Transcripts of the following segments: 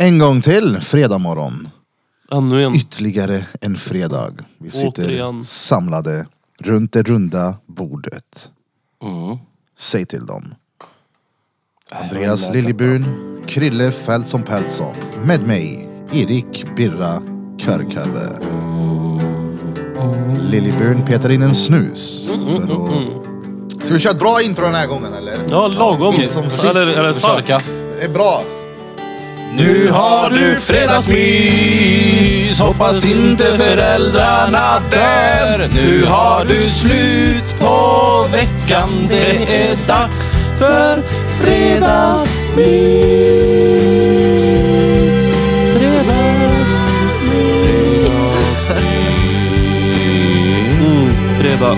En gång till, fredag morgon. Ännu en. Ytterligare en fredag. Vi sitter Återigen. samlade runt det runda bordet. Säg till dem. Andreas Liljebun, Krille Fältson Peltson. Med mig, Erik Birra Körkarve. Liljebun petar in en snus. För att... Ska vi köra ett bra intro den här gången eller? Ja, lagom. Som sist. Eller starka. Det är bra. Nu har du fredagsmys, hoppas inte föräldrarna dör. Nu har du slut på veckan, det är dags för fredagsmys. Fredag.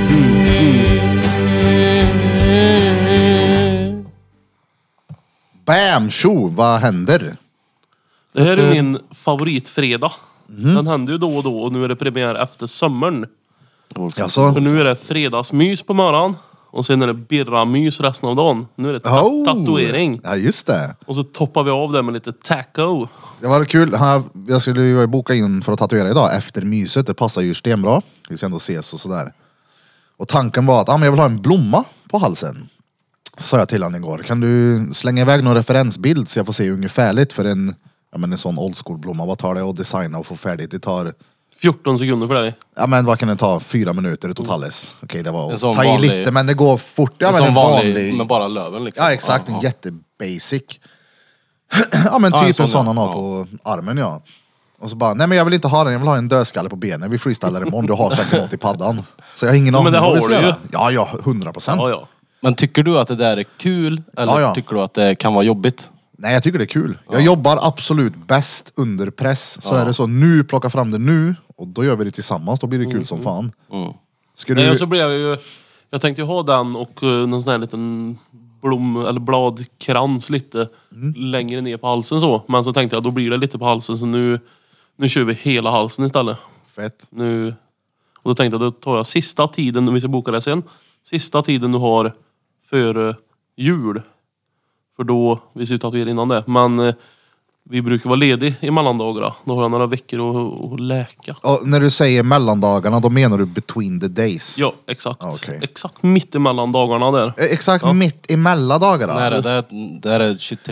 Bam, tjo, vad händer? Det här är min favoritfredag. Den händer ju då och då och nu är det premiär efter sommaren. Jaså? För nu är det fredagsmys på morgonen. Och sen är det birramys resten av dagen. Nu är det tatuering. Ja, just det. Och så toppar vi av det med lite taco. Det var kul. Jag skulle ju boka in för att tatuera idag efter myset. Det passar ju stenbra. Vi ska ändå ses och sådär. Och tanken var att jag vill ha en blomma på halsen. Så sa jag till honom igår. Kan du slänga iväg någon referensbild så jag får se ungefärligt för en sån old school blomma. Vad tar det att designa och få färdigt? Det tar 14 sekunder för dig. Ja, men vad kan det ta? 4 minuter totales. Okej, det var En att sån ta i vanlig- lite, men det går fort. Ja, En men sån en vanlig, med bara löven liksom. Ja, exakt. En jättebasic. Ja, men Ja, typ en sån, en sån han ja. har på armen, ja. Och så bara, nej men jag vill inte ha den, jag vill ha en dödskalle på benen. Vi freestylar imorgon, du har säkert något i paddan. Så jag har ingen aning men det vad vi har ska du ju. göra. Ja, 100%. Ja. Men tycker du att det där är kul? Eller Ja. tycker du att det kan vara jobbigt? Nej, jag tycker det är kul. Jag jobbar absolut bäst under press. Så är det så, nu, plocka fram det nu. Och då gör vi det tillsammans, då blir det kul som fan. Ska Nej, du... och så blev jag tänkte ju ha den och någon sån här liten eller bladkrans lite längre ner på halsen så. Men så tänkte jag, då blir det lite på halsen så nu kör vi hela halsen istället. Fett. Nu, och då tänkte jag, då tar jag sista tiden, vi ska boka det sen. Sista tiden du har före jul. För då, vi ska ju tatuera innan det. Men vi brukar vara ledig i mellandagarna. Då har jag några veckor att läka. Och när du säger mellandagarna, då menar du between the days? Ja, exakt. Okej. Exakt mitt emellan dagarna där. Exakt mitt emellan dagarna? Nej, det är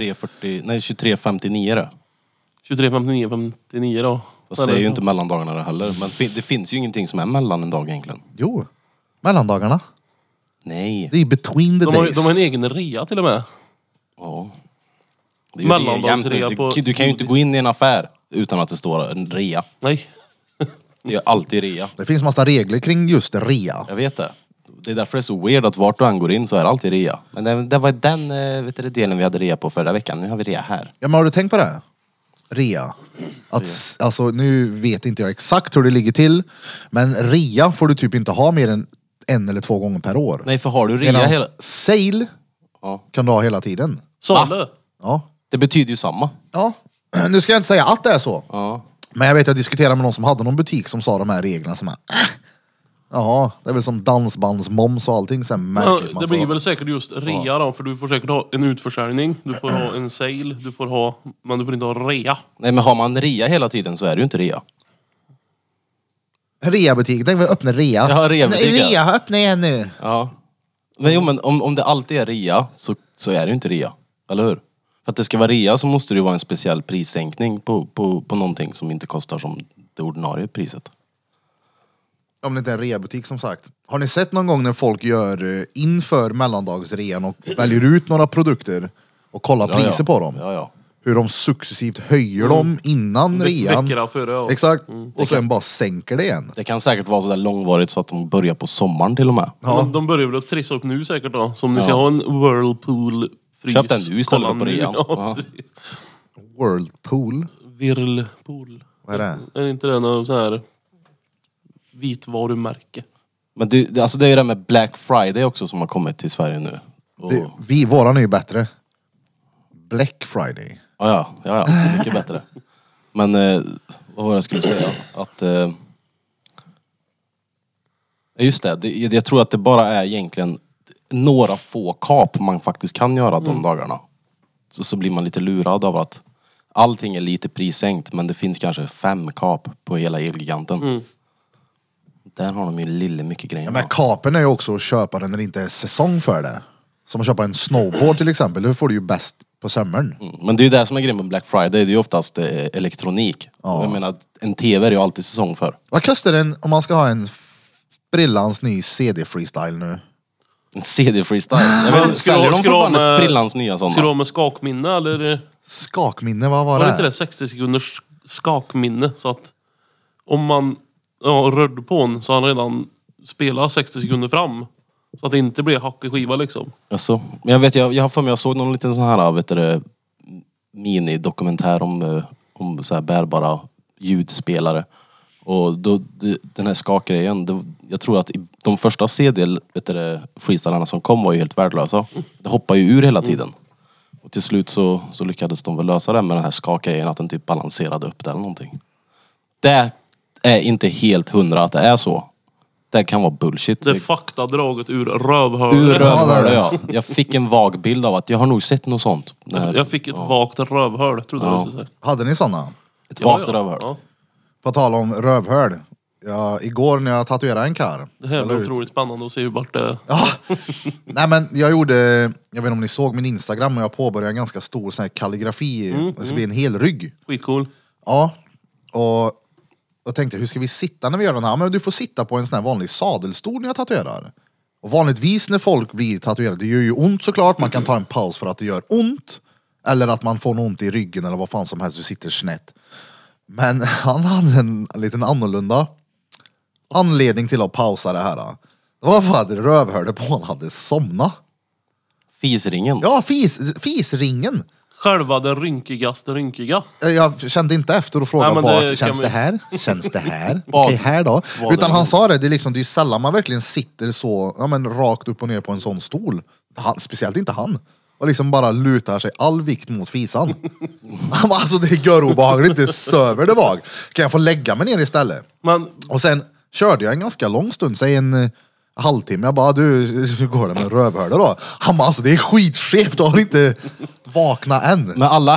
23.59 det. 23.59 då. Fast det är ju inte mellandagarna det heller. Men det finns ju ingenting som är mellan en dag egentligen. Jo, mellandagarna. Nej. Det är between the days. De har en egen rea till och med. Ja. Det är ju Mellandagsrea rea jämt. på- Du kan ju inte gå in i en affär utan att det står en rea. Nej. Det är ju alltid rea. Det finns massa regler kring just rea. Jag vet det. Det är därför det är så weird att vart du än går in så är det alltid rea. Men det var den delen vi hade rea på förra veckan. Nu har vi rea här. Ja, men har du tänkt på det? Rea. Alltså, nu vet inte jag exakt hur det ligger till. Men rea får du typ inte ha mer än 1 eller 2 gånger per år. Nej, för har du rea Medan hela... sale Ja. kan du ha hela tiden. Salu. Ja. Det betyder ju samma. Ja. Nu ska jag inte säga att det är så. Ja. Men jag vet att jag diskuterade med någon som hade någon butik som sa de här reglerna som jaha, det är väl som dansbandsmoms och allting sen märkligt. Ja, man det får- blir väl säkert just rea då. För du får säkert ha en utförsäljning. Du får ha en sale. Men du får inte ha rea. Nej, men har man rea hela tiden så är det ju inte rea. Rea-butik, tänk väl öppna rea. Ja, rea-butik, Nej, ja. rea, öppna igen nu. Ja. Men jo, men om det alltid är rea så är det ju inte rea. Eller hur? För att det ska vara rea så måste det ju vara en speciell prissänkning på någonting som inte kostar som det ordinarie priset. Om det inte är en rea-butik som sagt. Har ni sett någon gång när folk gör inför mellandagsrean och väljer ut några produkter och kollar priser på dem? Ja. Hur de successivt höjer dem innan rean. Veckorna före, ja. Exakt. Och sen bara sänker det igen. Det kan säkert vara så där långvarigt så att de börjar på sommaren till och med. Ja. De börjar väl att trissa upp nu säkert då. Som ni ska ha en Whirlpool-frys. Köp den nu istället Kolla på nu. rean. Ja, Ja. precis. Whirlpool. Whirlpool. Vad är det? Är inte det någon sån här vitvarumärke? Men det är ju det med Black Friday också som har kommit till Sverige nu. Och, Våran är ju bättre. Black Friday. ja, det är mycket bättre. Men vad var det jag skulle säga? Att just det, jag tror att det bara är egentligen några få kap man faktiskt kan göra de dagarna. Så blir man lite lurad av att allting är lite prissänkt, men det finns kanske 5 kap på hela Elgiganten. Där har de ju lille mycket grejer. Ja, men kapen är ju också att köpa den när det inte är säsong för det. Som att köpa en snowboard till exempel, det får du ju bäst på sommaren. Men det är ju det som är grejen med Black Friday, det är ju oftast elektronik. Ja. Jag menar, en TV är ju alltid säsong för. Vad kostar den om man ska ha en brillans ny CD-freestyle nu? En CD-freestyle. Jag vet inte, säljer de fortfarande sprillans nya sådana? Ska du ha med skakminne eller? Skakminne, vad var Var det det? inte det 60 sekunders skakminne? Så att om man rörde på en så han redan spelar 60 sekunder fram. Så att det inte blir hack i skiva liksom. Alltså, men jag vet, jag har för mig, jag såg någon liten sån här, vet du, mini-dokumentär om så här bärbara ljudspelare. Och då, den här skakgrejen, jag tror att de första freestylarna som kom var ju helt värdelösa. Det hoppar ju ur hela tiden. Och till slut så lyckades de väl lösa det med den här skakgrejen, att den typ balanserade upp det eller någonting. Det är inte helt 100 att det är så. Det kan vara bullshit. Det är faktadraget ur rövhålet. Ur rövhålet, ja. Jag fick en vag bild av att jag har nog sett något sånt. Jag fick ett vagt rövhål, trodde jag skulle säga. Hade ni sådana? Ett vagt rövhål. Ja. På tal om rövhål. Igår när jag tatuerade en karl. Det här blir otroligt spännande att se hur vart det... Ja. Nej men jag vet inte om ni såg min Instagram, men jag påbörjade en ganska stor sån här kalligrafi. Det ska bli en hel rygg. Skitcool. Ja. Och jag tänkte, hur ska vi sitta när vi gör den här? Men du får sitta på en sån här vanlig sadelstol när jag tatuerar. Och vanligtvis när folk blir tatuerade, det gör ju ont såklart. Man kan ta en paus för att det gör ont. Eller att man får ont i ryggen eller vad fan som helst, du sitter snett. Men han hade en liten annorlunda anledning till att pausa det här. Det var för att rövhörde på han hade somnat. Fisringen. Ja, fisringen. Själva den rynkigaste rynkiga. Jag kände inte efter och frågade Nej, men det vart kan känns vi- det här? Känns det här? Vad- Okej, här då? vad Utan det- han sa det, det är ju sällan man verkligen sitter så, ja men rakt upp och ner på en sån stol. Speciellt inte han. Och liksom bara lutar sig all vikt mot fisan. Han bara, alltså det gör obehagligt, det söver det bak. Kan jag få lägga mig ner istället? Men Och sen körde jag en ganska lång stund, säg en halvtimme. Jag bara, du, hur går det med rövhörde då? Han bara, alltså det är skitskevt, du har inte vaknat än. Men alla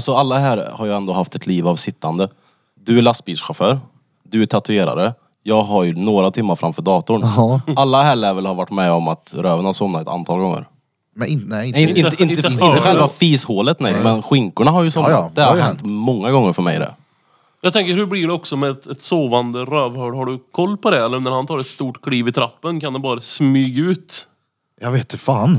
här har ju ändå haft ett liv av sittande. Du är lastbilschaufför. Du är tatuerare. Jag har ju några timmar framför datorn. Ja. Alla här lär väl ha varit med om att röven har somnat ett antal gånger. Men nej, Nej, inte Inte själva fishålet, nej. Men skinkorna har ju somnat. Ja, det har hänt många gånger för mig det. jag tänker, hur blir det också med ett sovande rövhål? Har du koll på det? Eller när han tar ett stort kliv i trappen kan det bara smyga ut? Jag vet inte fan.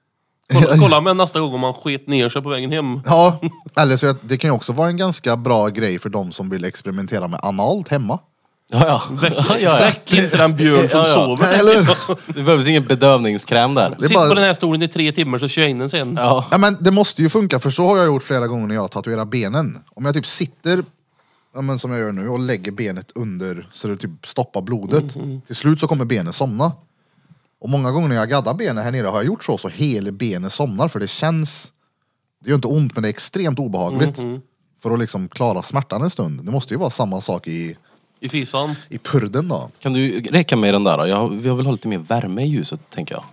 Kolla med nästa gång om han sket ner sig på vägen hem. Ja, eller så det kan ju också vara en ganska bra grej för de som vill experimentera med analt hemma. Ja. Väck inte den björn som Ja, ja. sover. Eller? Det behövs ingen bedövningskräm där. Det är Sitt bara- på den här stolen i 3 timmar så kör jag in den sen. Ja. Ja men det måste ju funka, för så har jag gjort flera gånger när jag tatuerar benen. Om jag typ sitter, ja, men som jag gör nu, och lägger benet under så det typ stoppar blodet. Till slut så kommer benet somna. Och många gånger när jag gaddar benen här nere har jag gjort så hela benet somnar, för det känns, det gör inte ont men det är extremt obehagligt. För att liksom klara smärtan en stund. Det måste ju vara samma sak i fisan. purden då. Kan du räcka med den där då? Jag vill ha lite mer värme i ljuset, tänker jag.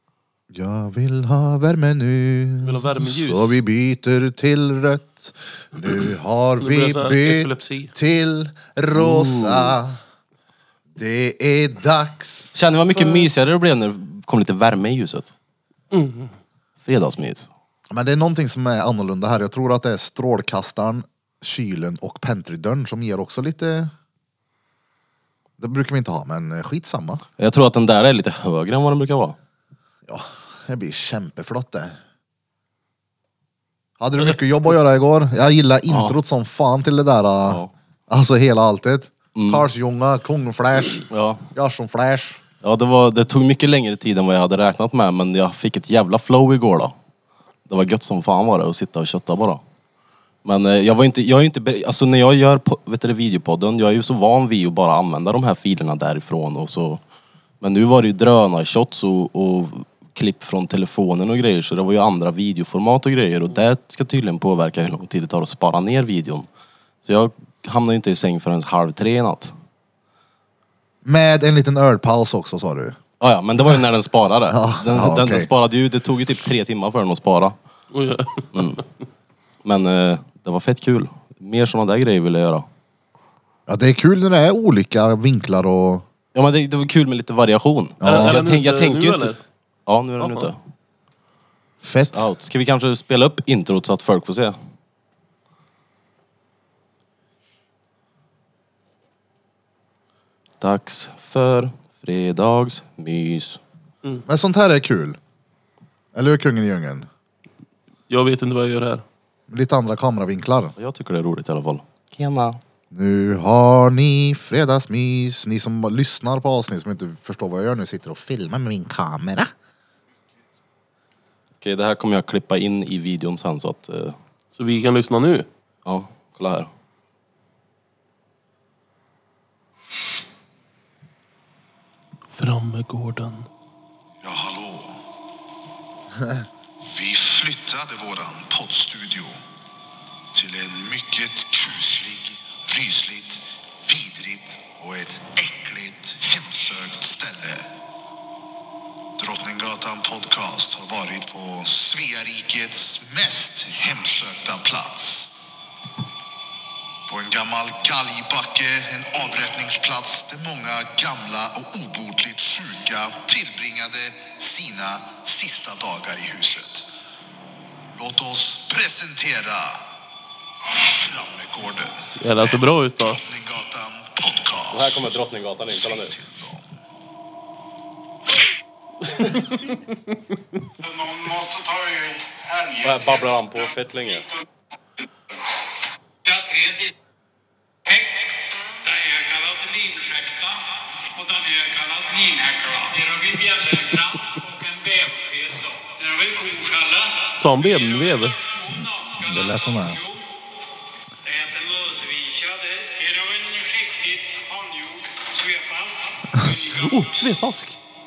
Jag vill ha värme nu. Vill ha värmeljus. Så vi byter till rött. Nu har Nu blir vi det så här bytt epilepsi. till rosa. Det är dags. Känner du vad mycket mysigare det blev när det kom lite värme i ljuset? Fredagsmys. Men det är någonting som är annorlunda här. Jag tror att det är strålkastaren, kylen och pentrydörren som ger också lite... Det brukar vi inte ha, men skitsamma. Jag tror att den där är lite högre än vad den brukar vara. Ja, det blir kämpeflott det. Hade du mycket jobb att göra igår? Jag gillar introt som fan till det där. Alltså hela alltet. Karlsjunga, Kungflash, Ja. Jarsson Flash. Ja, det tog mycket längre tid än vad jag hade räknat med, men jag fick ett jävla flow igår då. Det var gött som fan var det att sitta och kötta bara. Men jag är inte alltså när jag gör videopodden, jag är ju så van vid att bara använda de här filerna därifrån och så. Men nu var det ju drönarshots och klipp från telefonen och grejer, så det var ju andra videoformat och grejer, och det ska tydligen påverka hur lång tid det tar att spara ner videon. Så jag hamnade inte i säng förrän 2:30 i natt. Med en liten ölpaus också, sa du. Ja, men det var ju när den sparade. Den okej. sparade ju, det tog ju typ 3 timmar för den att spara. Oj, Men Det var fett kul. Mer sådana där grejer vill jag göra. Ja, det är kul när det är olika vinklar och... Ja, men det var kul med lite variation. Är Jag den tänker ute ju nu, inte... eller? Ja, nu är den Jaha. ute. Fett. Out. Ska vi kanske spela upp introt så att folk får se? Dags för fredagsmys. Men sånt här är kul. Eller hur, kungen i djungeln? Jag vet inte vad jag gör här. Lite andra kameravinklar. Jag tycker det är roligt i alla fall. Tjena. Nu har ni fredagsmys. Ni som lyssnar på avsnitt som inte förstår vad jag gör nu sitter och filmar med min kamera. Okej, det här kommer jag klippa in i videon sen så att... Så vi kan lyssna nu. ja, kolla här. Frammegården. Ja, hallå. Vi flyttade våran poddstudio till en mycket kuslig, rysligt, vidrigt och ett äckligt, hemsökt ställe. Drottninggatan podcast har varit på Svearikets mest hemsökta plats. På en gammal galgbacke, en avrättningsplats där många gamla och obotligt sjuka tillbringade sina sista dagar i huset. Låt oss presentera Frammegården. Det lät så bra ut då. Drottninggatan podcast. Och här kommer Drottninggatan in, kolla nu. Någon måste ta i helgen. Och här babblar han på fett länge. Den här kallas linskäkta och den här kallas linhäckla. Här har vi bjällerkrans och en vävsked. Här har vi koskälla. Sa han benvev? Det lät som det. Det heter mösvika. Här har vi en skickligt handgjord svepask. Oh, svepask.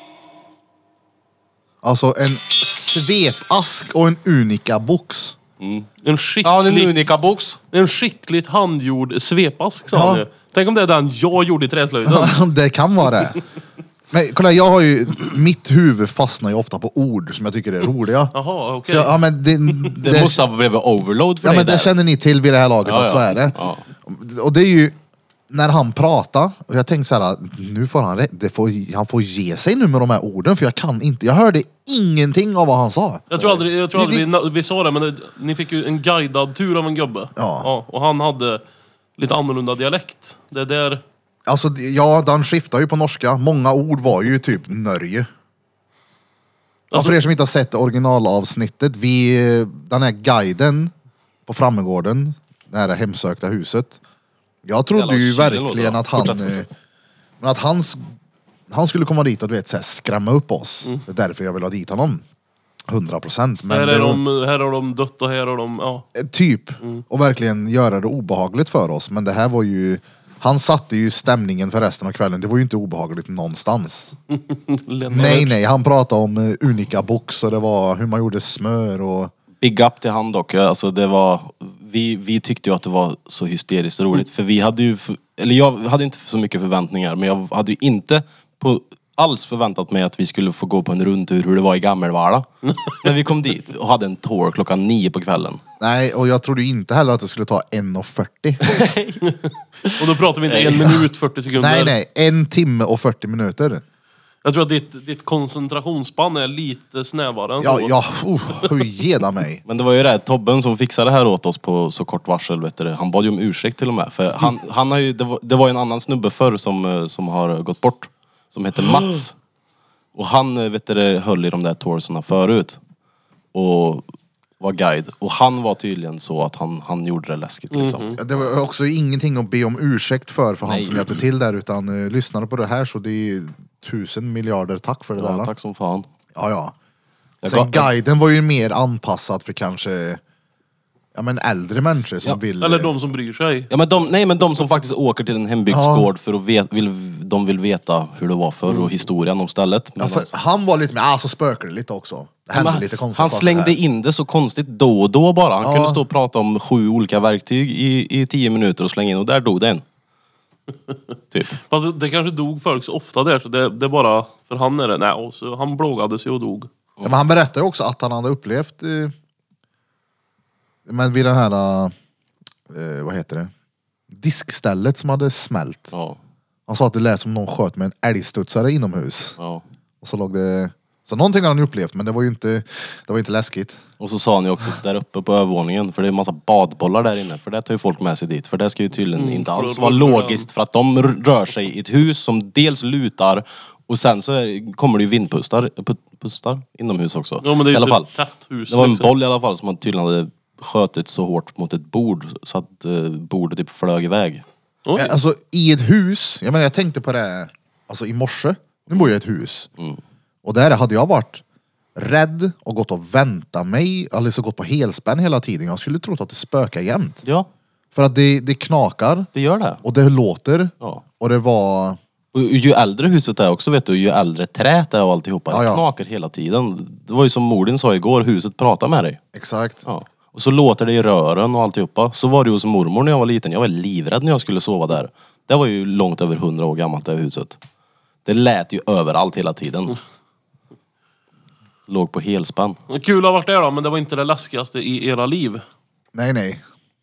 Alltså en svepask och en unika box. En skickligt, Ja, den unika box. en skickligt handgjord svepask, sa Ja. han ju. Tänk om det är den jag gjorde i träslöjden. Det kan vara det. Men kolla, jag har ju... Mitt huvud fastnar ju ofta på ord som jag tycker är roliga. Jaha, okej. Så, ja, men Det måste ha blivit overload för Ja, dig men det där. känner ni till vid det här laget, Ja, att så ja. är det. Ja. Och det är ju... När han pratar, och jag tänkte så här, nu får han han får ge sig nu med de här orden, för jag kan inte, jag hörde ingenting av vad han sa. Jag tror aldrig vi sa det, men ni fick ju en guidad tur av en gubbe. Ja. Och han hade lite annorlunda dialekt. Det är där... Alltså, ja, den skiftar ju på norska. Många ord var ju typ Norge. Ja, Alltså- för er som inte har sett originalavsnittet, den här guiden på Frammegården, det här hemsökta huset. Jag trodde Jävla ju kylen verkligen låter att det. han... Fortsätt. Men att han skulle komma dit och du vet, så här, skrämma upp oss. Det är därför jag vill ha dit honom. 100%. Men Här, det var- här har de dött och här har de... Ja. Typ. Och verkligen göra det obehagligt för oss. Men det här var ju... Han satte ju stämningen för resten av kvällen. Det var ju inte obehagligt någonstans. Nej, han pratade om unika box och det var hur man gjorde smör och... Big up till han dock. Alltså det var... Vi tyckte ju att det var så hysteriskt roligt. För vi hade ju... Eller jag hade inte så mycket förväntningar. Men jag hade ju inte alls förväntat mig att vi skulle få gå på en rundtur hur det var i Gammelvalla. När vi kom dit och hade en tour klockan 9 på kvällen. Nej, och jag trodde inte heller att det skulle ta 1:40. Och då pratar vi inte 1 minut 40 sekunder. Nej, 1 timme och 40 minuter. Jag tror att ditt koncentrationsspann är lite snävare än Ja, så. ja, hur geda mig. Men det var ju det, Tobben som fixade det här åt oss på så kort varsel, vet du. Han bad ju om ursäkt till och med. För han har ju, det var ju en annan snubbe förr som har gått bort. Som heter Mats. Och han, vet du, höll i de där toursarna förut. Och var guide. Och han var tydligen så att han gjorde det läskigt liksom. Det var också ingenting att be om ursäkt för han Nej. som hjälpte till där, utan lyssnade på det här så det är 1000 miljarder tack för det där. Ja, tack som fan. Ja. Jag Sen gav- guiden var ju mer anpassad för kanske äldre människor som Ja, vill... Eller de som bryr sig. Ja, men de som faktiskt åker till en hembygdsgård för att de vill veta hur det var förr och historien om stället. Ja, för han var lite mer, så spökade det lite också. Det hände Men lite konstiga han saker slängde där. in det så konstigt då och då bara. Han Ja. kunde stå och prata om 7 olika verktyg i 10 minuter och slänga in och där dog den. Typ. Fast det kanske dog folk så ofta där, så det är bara för han är det. Nej, och så han plågade sig och dog. Ja, men han berättade ju också att han hade upplevt men vid den här vad heter det? Diskstället som hade smält. Ja. Han sa att det lät som någon sköt med en älgstudsare inomhus. Ja. Och så låg det... Så någonting har han upplevt, men det var inte läskigt. Och så sa ni också där uppe på övervåningen, för det är en massa badbollar där inne, för det tar ju folk med sig dit, för det ska ju tydligen inte alls vara logiskt, för att de rör sig i ett hus som dels lutar och sen så kommer det ju vindpustar inomhus också. Ja, men det är i alla ju fall. ett tätt hus. Det var en liksom. boll i alla fall som man tydligen hade skötit så hårt mot ett bord så att bordet typ flög iväg. Oj. Alltså i ett hus, jag tänkte på det alltså i morse. Nu bor jag i ett hus. Och där hade jag varit rädd och gått och väntat mig, eller så gått på helspänn hela tiden. Jag skulle trott att det spökar jämt. Ja, För att det knakar det gör det. och det låter. Ja. Och det var... Och ju äldre huset är också, vet du, ju äldre trät är och alltihopa. Ja, Det ja. knakar hela tiden. Det var ju som Mordin sa igår, huset pratar med dig. Exakt. Ja. Och så låter det i rören och alltihopa. Så var det ju hos mormor när jag var liten. Jag var livrädd när jag skulle sova där. Det var ju långt över 100 år gammalt det här huset. Det lät ju överallt hela tiden. Låg på helspänn. Kul att ha varit där då, men det var inte det läskigaste i era liv. Nej.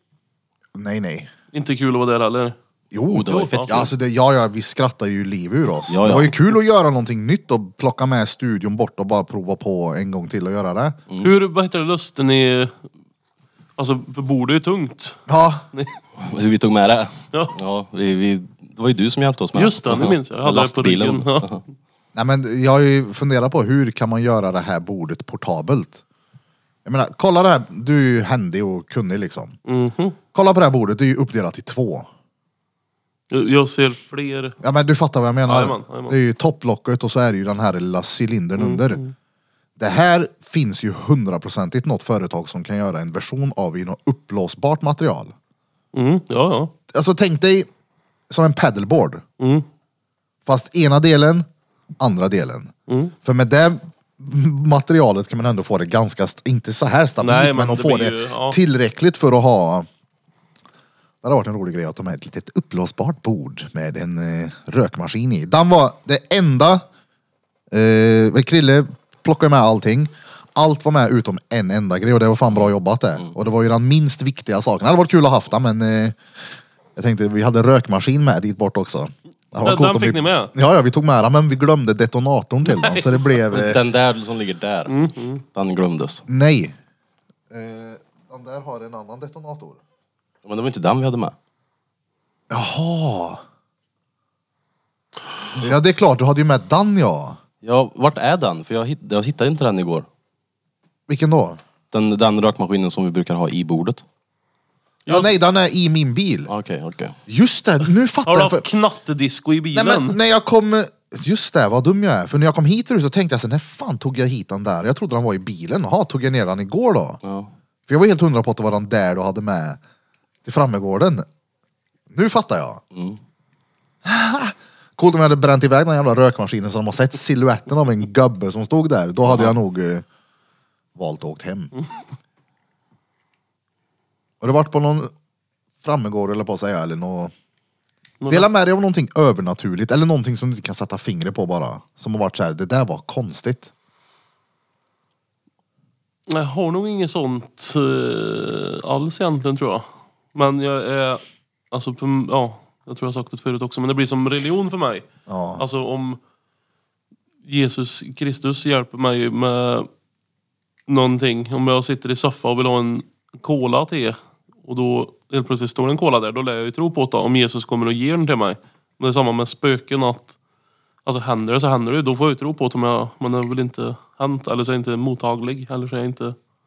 Inte kul att vara där heller. Jo, det var ju fett ja, alltså ja, vi skrattar ju liv ur oss. Ja. Det var ju kul att göra någonting nytt och plocka med studion bort och bara prova på en gång till och göra det. Hur, vad heter det, lusten ni... Alltså, för bordet är ju tungt. Ja, Hur vi tog med det. Ja. Ja, det var ju du som hjälpte oss med. Just det, nu minns jag. Jag hade det på ryggen. Ja. nej men jag har ju funderat på hur kan man göra det här bordet portabelt? Jag menar, kolla det här, du är ju händig och kunnig liksom. Kolla på det här bordet, det är ju uppdelat i 2. Jag ser fler... Ja men du fattar vad jag menar. Jajamän. Det är ju topplocket och så är det ju den här lilla cylindern under. Det här finns ju 100% något företag som kan göra en version av i något uppblåsbart material. Ja. Alltså tänk dig som en paddleboard. Fast ena delen, andra delen. För med det materialet kan man ändå få det ganska, inte så här stabilt, Nej, men men att det få blir det ju, ja. tillräckligt för att ha... Det hade varit en rolig grej att ta med ett litet uppblåsbart bord med en rökmaskin i. Den var det enda... Krille plockade med allting. Allt var med utom en enda grej och det var fan bra jobbat det. Och det var ju den minst viktiga saken. Det hade varit kul att haft den, men jag tänkte vi hade rökmaskin med dit bort också. Det hade varit coolt Den om fick vi... ni med? Ja, vi tog med den, men vi glömde detonatorn till den. Så det blev... Den där som ligger där, den glömdes. Nej. Den där har en annan detonator. Men det var inte den vi hade med. Jaha. Ja, det är klart. Du hade ju med den, ja. Ja, vart är den? För jag hittade inte den igår. Vilken då? Den rökmaskinen som vi brukar ha i bordet. Ja, nej, den är i min bil. Okej. Just det, nu fattar Har du jag. haft knattedisco i Nej, bilen? men när jag kom... Just det, vad dum jag är. För när jag kom hit förut så tänkte jag så när fan tog jag hit den där? Jag trodde den var i bilen. Jaha, tog jag ner den igår då? Ja. För jag var helt hundra på att det var den där du hade med till Frammegården. Nu fattar jag. Coolt om jag hade bränt iväg den jävla rökmaskinen så de har sett siluetten av en gubbe som stod där. Då hade jag nog valt att åkt hem. Har du varit på någon Frammegård eller på att säga eller något? Dela med dig av någonting övernaturligt eller någonting som du inte kan sätta fingret på bara. Som har varit så här, det där var konstigt. Jag har nog inget sånt alls egentligen, tror jag. Men jag är... Alltså, ja, jag tror jag har sagt det förut också. Men det blir som religion för mig. Ja. Alltså om Jesus Kristus hjälper mig med någonting. Om jag sitter i soffa och vill ha en cola till och då helt plötsligt står det en cola där. Då lär jag ju tro på det om Jesus kommer och ger den till mig. Men det är samma med spöken att alltså händer det så händer det. Då får jag ju tro på det men det har väl inte hänt. Eller så är jag inte mottaglig. Eller så är jag inte...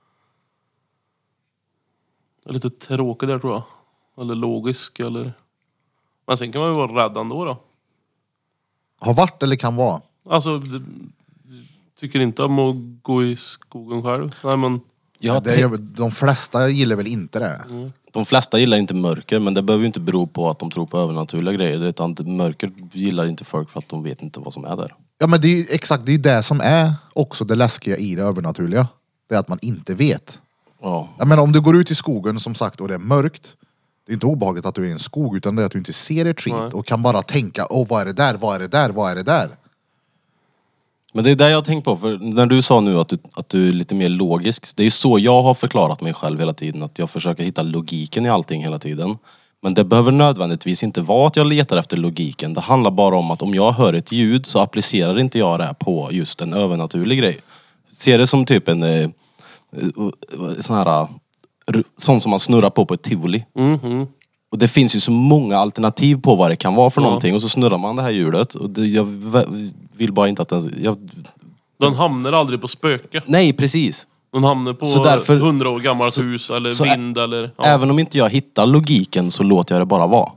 Jag är lite tråkig där, tror jag. Eller logisk eller... Men sen kan man ju vara rädd ändå då. Har varit eller kan vara. Alltså, tycker inte om att gå i skogen själv. Nej, men... Ja, De flesta gillar väl inte det. de flesta gillar inte mörker, men det behöver ju inte bero på att de tror på övernaturliga grejer. Utan mörker gillar inte folk för att de vet inte vad som är där. Ja men det är ju exakt, det är ju det som är också det läskiga i det övernaturliga. Det är att man inte vet. Ja. Jag menar om du går ut i skogen som sagt och det är mörkt. Det är inte obehagligt att du är i en skog utan det är att du inte ser ett skit. Nej. Och kan bara tänka, vad är det där, vad är det där, vad är det där? Men det är det jag har tänkt på, för när du sa nu att du är lite mer logisk. Det är ju så jag har förklarat mig själv hela tiden. Att jag försöker hitta logiken i allting hela tiden. Men det behöver nödvändigtvis inte vara att jag letar efter logiken. Det handlar bara om att om jag hör ett ljud så applicerar inte jag det på just en övernaturlig grej. Ser det som typ en sån här sån som man snurrar på ett tivoli. Och det finns ju så många alternativ på vad det kan vara för någonting. Och så snurrar man det här hjulet. Och jag vill bara inte att Den hamnar aldrig på spöke. Nej, precis. Den hamnar på Så därför- 100 år gammalt hus eller så vind eller... Ja. Även om inte jag hittar logiken så låter jag det bara vara.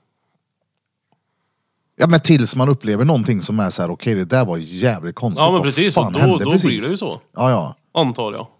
Ja, men tills man upplever någonting som är så här: okej, det där var jävligt konstigt. Ja men Vad precis, fan då hände precis? blir det ju så. Ja. Antar jag.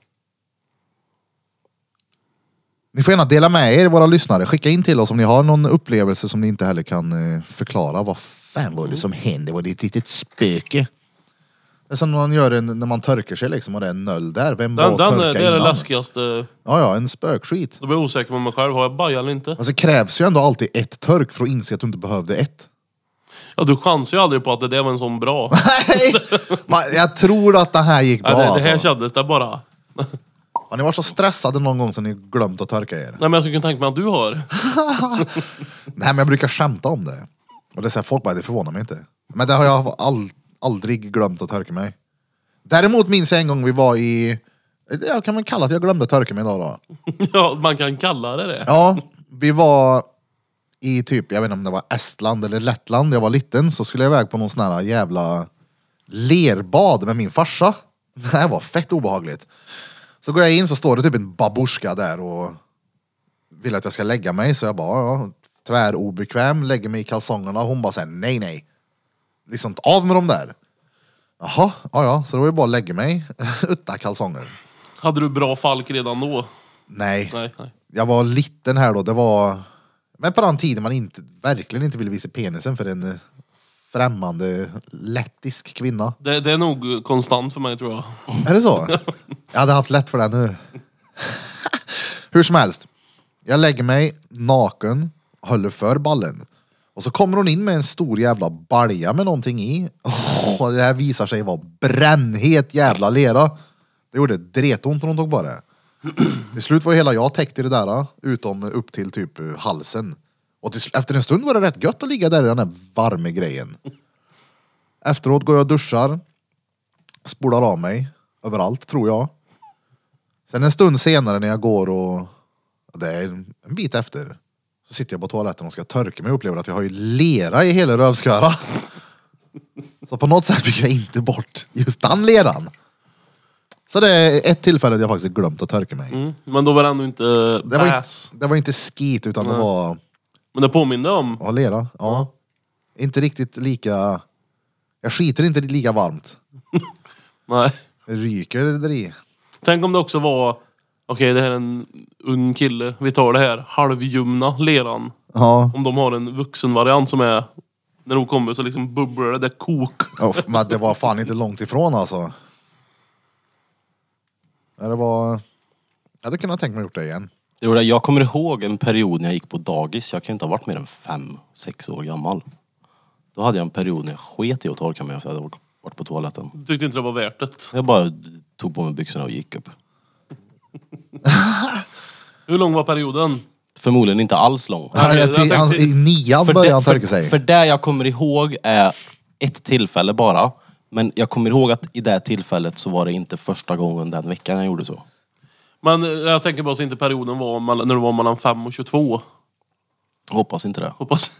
Ni får gärna dela med er, våra lyssnare. Skicka in till oss om ni har någon upplevelse som ni inte heller kan förklara. Vad fan var det som hände? Var det ett litet spöke? Det är som man gör när man törker sig liksom och det är en nöll där. Vem var Det törka är det innan? läskigaste. Ja, en spökskit. Då blir jag osäker med mig själv. Har jag bajat eller inte? Alltså krävs ju ändå alltid ett törk för att inse att du inte behövde ett. Ja, du chansar ju aldrig på att det där var en sån bra. Nej! Jag tror att det här gick bra. Ja, det här alltså. kändes det bara. Har ni varit så stressade någon gång så ni glömt att törka er? Nej men jag skulle kunna tänka mig att du har. Nej, men jag brukar skämta om det. Och det är så här, folk bara, det förvånar mig inte. Men det har jag aldrig glömt att törka mig. Däremot minns jag en gång vi var i... Jag kan man kalla att jag glömde törka mig idag då. Ja, man kan kalla det. Ja, vi var i typ, jag vet inte om det var Estland eller Lettland. Jag var liten, så skulle jag iväg på någon sån här jävla lerbad med min farsa. Det här var fett obehagligt. Så går jag in så står det typ en babushka där och vill att jag ska lägga mig. Så jag bara, ja, tvärobekväm, lägger mig i kalsongerna. Hon bara säger nej. Liksom av med dem där. Jaha, ja, så det var ju bara att lägga mig utan kalsonger. Hade du bra falk redan då? Nej. Nej. Jag var liten här då, det var... Men på den tiden man verkligen inte ville visa penisen för en främmande lettisk kvinna. Det är nog konstant för mig tror jag. Är det så? Jag hade haft lätt för det nu. Hur som helst. Jag lägger mig naken, håller för ballen. Och så kommer hon in med en stor jävla balja med någonting i. Och det här visar sig vara brännhet jävla lera. Det gjorde dretont när hon tog på det. Till slut var hela jag täckt i det där, utom upp till typ halsen. Och efter en stund var det rätt gött att ligga där i den här varma grejen. Efteråt går jag och duschar. Spolar av mig överallt, tror jag. Sen en stund senare när jag går och det är en bit efter, så sitter jag på toaletten och ska törka mig och upplever att jag har ju lera i hela rövsköra. Så på något sätt fick jag inte bort just den leran. Så det är ett tillfälle där jag faktiskt glömt att törka mig. Men då var det ändå inte bass. Det var inte skit utan det var... Men det påminner om... Ja, lera. Ja. Inte riktigt lika... Jag skiter inte lika varmt. Nej. Det ryker det där i. Tänk om det också var... Okej, det här är en ung kille. Vi tar det här halvljumna leran. Ja. Om de har en vuxen variant som är... När de kommer så liksom bubblar det där kok. Men det var fan inte långt ifrån alltså. Det var... Jag hade kunnat tänka mig gjort det igen. Jag kommer ihåg en period när jag gick på dagis. Jag kan inte ha varit mer än 5-6 år gammal. Då hade jag en period när jag sket i att torka mig. Så jag hade varit på toaletten. Du tyckte inte det var värt det. Jag bara tog på mig byxorna och gick upp. Hur lång var perioden? Förmodligen inte alls lång. I 9 började han törka sig. För det jag kommer ihåg är ett tillfälle bara. Men jag kommer ihåg att i det tillfället så var det inte första gången den veckan jag gjorde så. Men jag tänker bara så inte perioden var när du var mellan 5 och 22. Hoppas inte det. Hoppas.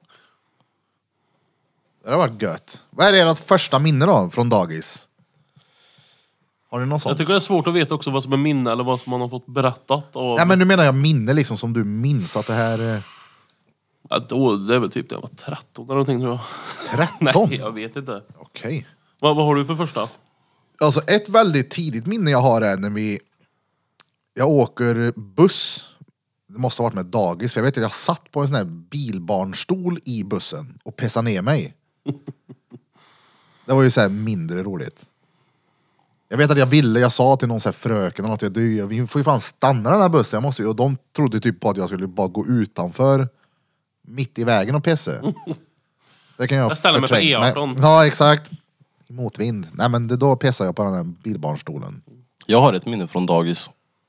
Det har varit gött. Vad är ert första minne då från dagis? Har ni något sånt? Jag tycker det är svårt att veta också vad som är minne eller vad som man har fått berättat av... Nej men nu menar jag minne liksom som du minns att det här... Ja, då, det är väl typ när jag var 13 eller någonting tror jag. 13? Nej, jag vet inte. Okej. Vad har du för första? Alltså ett väldigt tidigt minne jag har är när jag åker buss. Det måste ha varit med dagis. För jag vet att jag satt på en sån här bilbarnstol i bussen och pessade ner mig. Det var ju så här mindre roligt. Jag vet att jag sa till någon så här fröken eller något, vi får ju fan stanna den här bussen. Och de trodde typ på att jag skulle bara gå utanför mitt i vägen och pissa. Det kan jag ställer mig på förtränga. E18. Ja, exakt. i motvind. Nej men då pissar jag på den där bilbarnstolen. Jag har ett minne från dagis.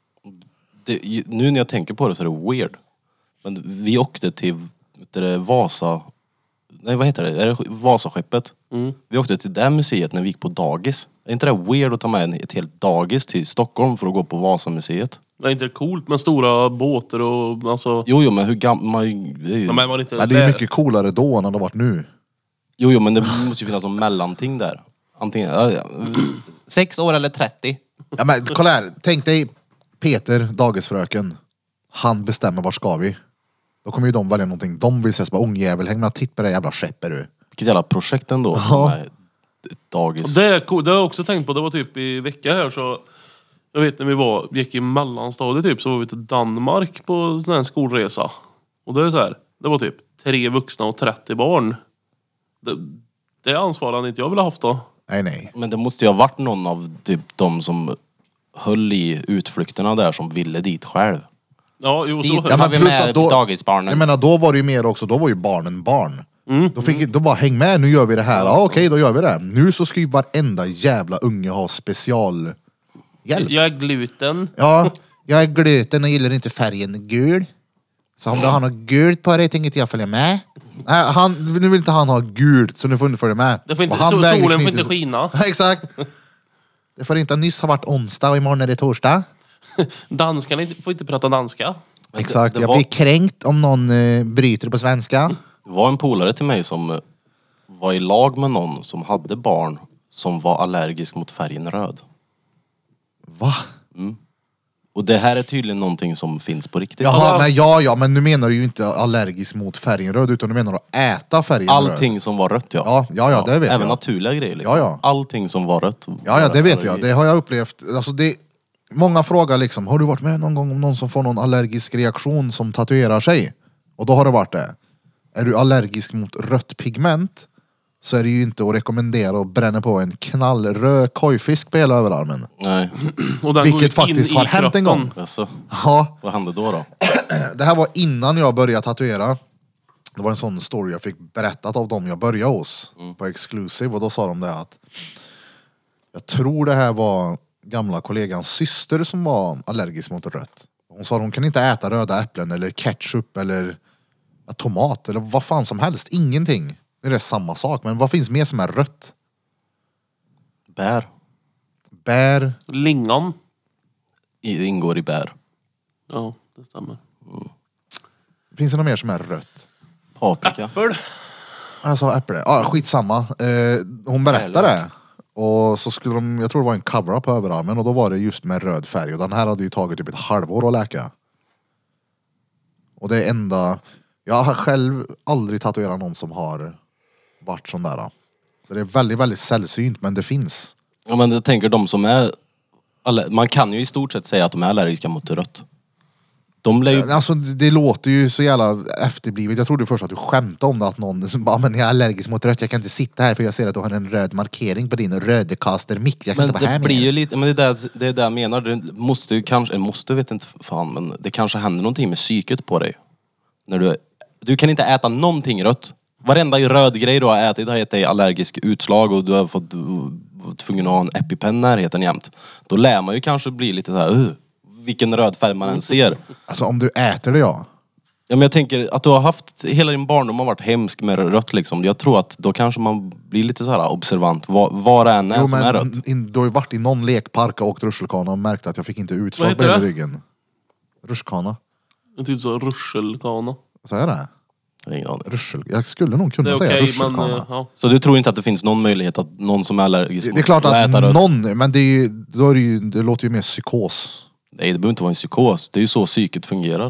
Nu när jag tänker på det så är det weird. Men vi åkte till Vasa... Nej, vad heter det? Är det Vasaskeppet? Vi åkte till det museet när vi gick på dagis. Är inte det weird att ta med ett helt dagis till Stockholm för att gå på Vasamuseet? Det är inte coolt med stora båtar och alltså... Jo, men hur gammal... Men var inte Men det är mycket coolare då än det har varit nu. Jo, men det måste ju finnas någon mellanting där. Antingen 6 år eller 30. Ja men kolla här, tänk dig Peter, dagisfröken. Han bestämmer vart ska vi. Då kommer ju de välja någonting. De vill säga bara ungjävel, häng med och titta på det jävla skeppet du. Vilket jävla projekt ändå. Ja. Med dagis. Det är cool. Det har jag också tänkt på. Det var typ i vecka här så... Jag vet när vi gick i mellanstadiet typ så var vi till Danmark på sån här skolresa. Och det är så här. Det var typ 3 vuxna och 30 barn. Det ansvarar inte jag ville haft då. Nej. Men det måste ju ha varit någon av typ de som höll i utflykterna där som ville dit själv. Ja, jo så. Dit Ja, tar vi plus med att då- dagisbarnen. Jag menar då var det ju mer också, då var ju barnen barn. Då bara häng med, nu gör vi det här. Ja okej, då gör vi det. Nu så ska ju varenda jävla unge ha specialhjälp. Jag är gluten. Ja, jag är gluten och gillar inte färgen gul. Så om du har något gult på dig tänker inte jag följa med. Nej, nu vill inte han ha gult så nu får inte följa med. Det får inte, Och han solen vägrar får inte skina. Exakt. Det får inte nyss ha varit onsdag och imorgon är det torsdag. Danskarna får inte prata danska. Exakt, det jag var- blir kränkt om någon bryter på svenska. Det var en polare till mig som var i lag med någon som hade barn som var allergisk mot färgen röd. Va? Och det här är tydligen någonting som finns på riktigt. Jaha, men men nu menar du ju inte allergisk mot färgen röd utan du menar att äta färgen röd. Allting som var rött, ja. Ja, det vet Även jag. naturliga grejer liksom. Ja. Allting som var rött. Ja, det vet jag. Det har jag upplevt. Alltså många frågar liksom, har du varit med någon gång om någon som får någon allergisk reaktion som tatuerar sig? Och då har det varit det. Är du allergisk mot rött pigment så är det ju inte att rekommendera att bränna på en knallröd kojfisk på hela överarmen. Nej. Och den Vilket går in faktiskt i har hänt en kroppen. gång. Alltså, Ja, vad hände då? det här var innan jag började tatuera. Det var en sån story jag fick berättat av dem jag började hos på Exclusive och då sa de det att jag tror det här var gamla kollegans syster som var allergisk mot rött. Hon sa att hon kan inte äta röda äpplen eller ketchup eller tomat eller vad fan som helst. Ingenting. Det är samma sak. Men vad finns mer som är rött? Bär. Bär. Lingon. Det ingår i bär. Ja, det stämmer. Finns det något mer som är rött? Paprika. Äppel. Jag sa äpple. Ja, skitsamma. Hon berättade det. Och så skulle de, jag tror det var en cover på överarmen och då var det just med röd färg. Och den här hade ju tagit typ ett halvår att läka. Och det är enda... Jag har själv aldrig tatuerat någon som har varit sån där. Så det är väldigt, väldigt sällsynt men det finns. Ja, men jag tänker de som är... Man kan ju i stort sett säga att de är allergiska mot rött. De lär ju... Alltså det låter ju så jävla efterblivet. Jag trodde först att du skämtade om det, att någon som bara, men jag är allergisk mot rött, jag kan inte sitta här för jag ser att du har en röd markering på din rödecaster-mick. Jag kan Men inte vara här det blir med. ju lite, men det är det jag menar. Det måste ju kanske, vet inte fan, men det kanske händer någonting med psyket på dig. När du kan inte äta någonting rött. Varenda röd grej du har ätit har gett dig allergisk utslag och du har fått tvungen att ha en EpiPen närheten jämt. Då lär man ju kanske bli lite så här, vilken röd färg man än ser. Alltså om du äter det ja. Ja, men jag tänker att du har haft, hela din barndom har varit hemsk med rött liksom. Jag tror att då kanske man blir lite så här observant. Vad det än är Jo, som är rött. du har ju varit i någon lekpark och åkt rutschkana och märkt att jag fick inte utslag Vad på heter hela det? ryggen. Rutschkana. En typ så rutschelkana. Så är det? Ingen aning. Jag skulle nog Det kunna är säga okej, rutschkana. men ja. Så du tror inte att det finns någon möjlighet att någon som är allergisk Det är klart mot att äta rött? någon, men det, är ju, då är det, ju, det låter ju mer psykos. Nej, det behöver inte vara en psykos. Det är ju så psyket fungerar.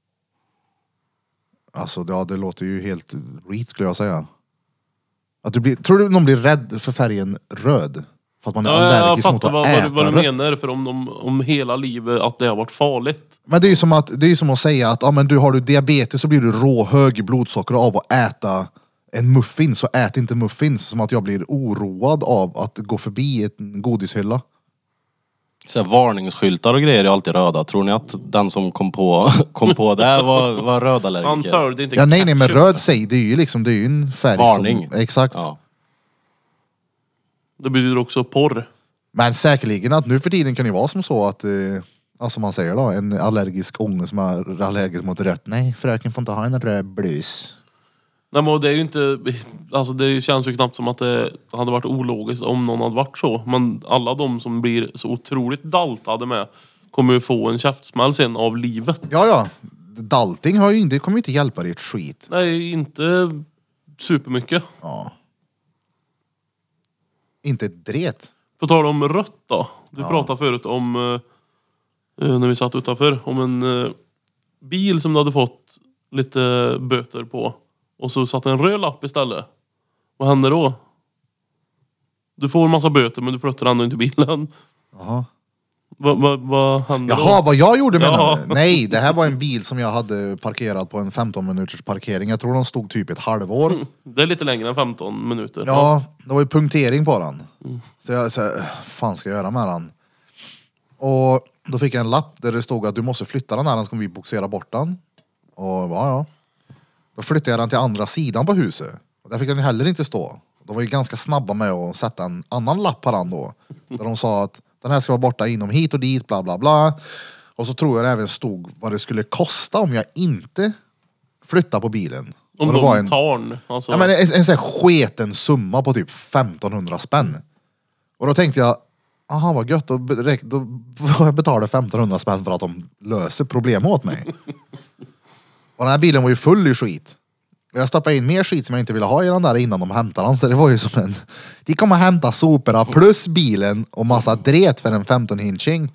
Alltså ja, det låter ju helt reet skulle jag säga. Att tror du någon blir rädd för färgen röd? För att man är Ja, jag allergisk mot fattar att äta vad du rött? menar. För om hela livet att det har varit farligt. Men det är ju som att säga att men har du diabetes så blir du hög blodsocker av att äta en muffin, så ät inte muffins. Som att jag blir oroad av att gå förbi en godishylla. Så här, varningsskyltar och grejer är alltid röda. Tror ni att den som kom på det var rödallergiker? Han törde inte Ja nej men ketchup. röd säg, det är ju en färg Varning. som... Exakt. Ja. Det betyder också porr. Men säkerligen att nu för tiden kan det vara som så att, som man säger då, en allergisk unge som är allergisk mot rött. Nej, fröken får inte ha en röd blus. Nej, men det är ju inte, alltså det känns ju knappt som att det hade varit ologiskt om någon hade varit så. Men alla de som blir så otroligt daltade med kommer ju få en käftsmäll sen av livet. Ja. Dalting har ju inte, det kommer ju inte hjälpa dig ett skit. Nej, inte supermycket. Ja. Inte ett dret. På tal om rött då. Du pratade förut om, när vi satt utanför, om en bil som du hade fått lite böter på. Och så satt en röd lapp istället. Vad händer då? Du får en massa böter men du flyttar ändå inte bilen. Jaha. Vad händer Jaha, då? vad jag gjorde menar Ja. du? Nej, det här var en bil som jag hade parkerat på en 15 minuters parkering. Jag tror de stod typ ett halvår. Det är lite längre än 15 minuter. Ja, det var ju punktering på den. Så jag fan ska jag göra med den? Och då fick jag en lapp där det stod att du måste flytta den här, annars kommer vi boxera bort den. Och ja. Då flyttade jag den till andra sidan på huset. Och där fick den heller inte stå. De var ju ganska snabba med att sätta en annan lapp på den då. Där de sa att den här ska vara borta inom hit och dit, bla bla bla. Och så tror jag det även stod vad det skulle kosta om jag inte flyttar på bilen. Om och det de var en, tar den. Alltså. ja, men en sån här sketen summa på typ 1500 spänn. Och då tänkte jag, aha vad gött, då får jag betala 1500 spänn för att de löser problem åt mig. Och den här bilen var ju full i skit. Och jag stoppade in mer skit som jag inte ville ha i den där innan de hämtade den. Så det var ju som en... De kommer hämta soporna plus bilen och massa dret för en 15-inching.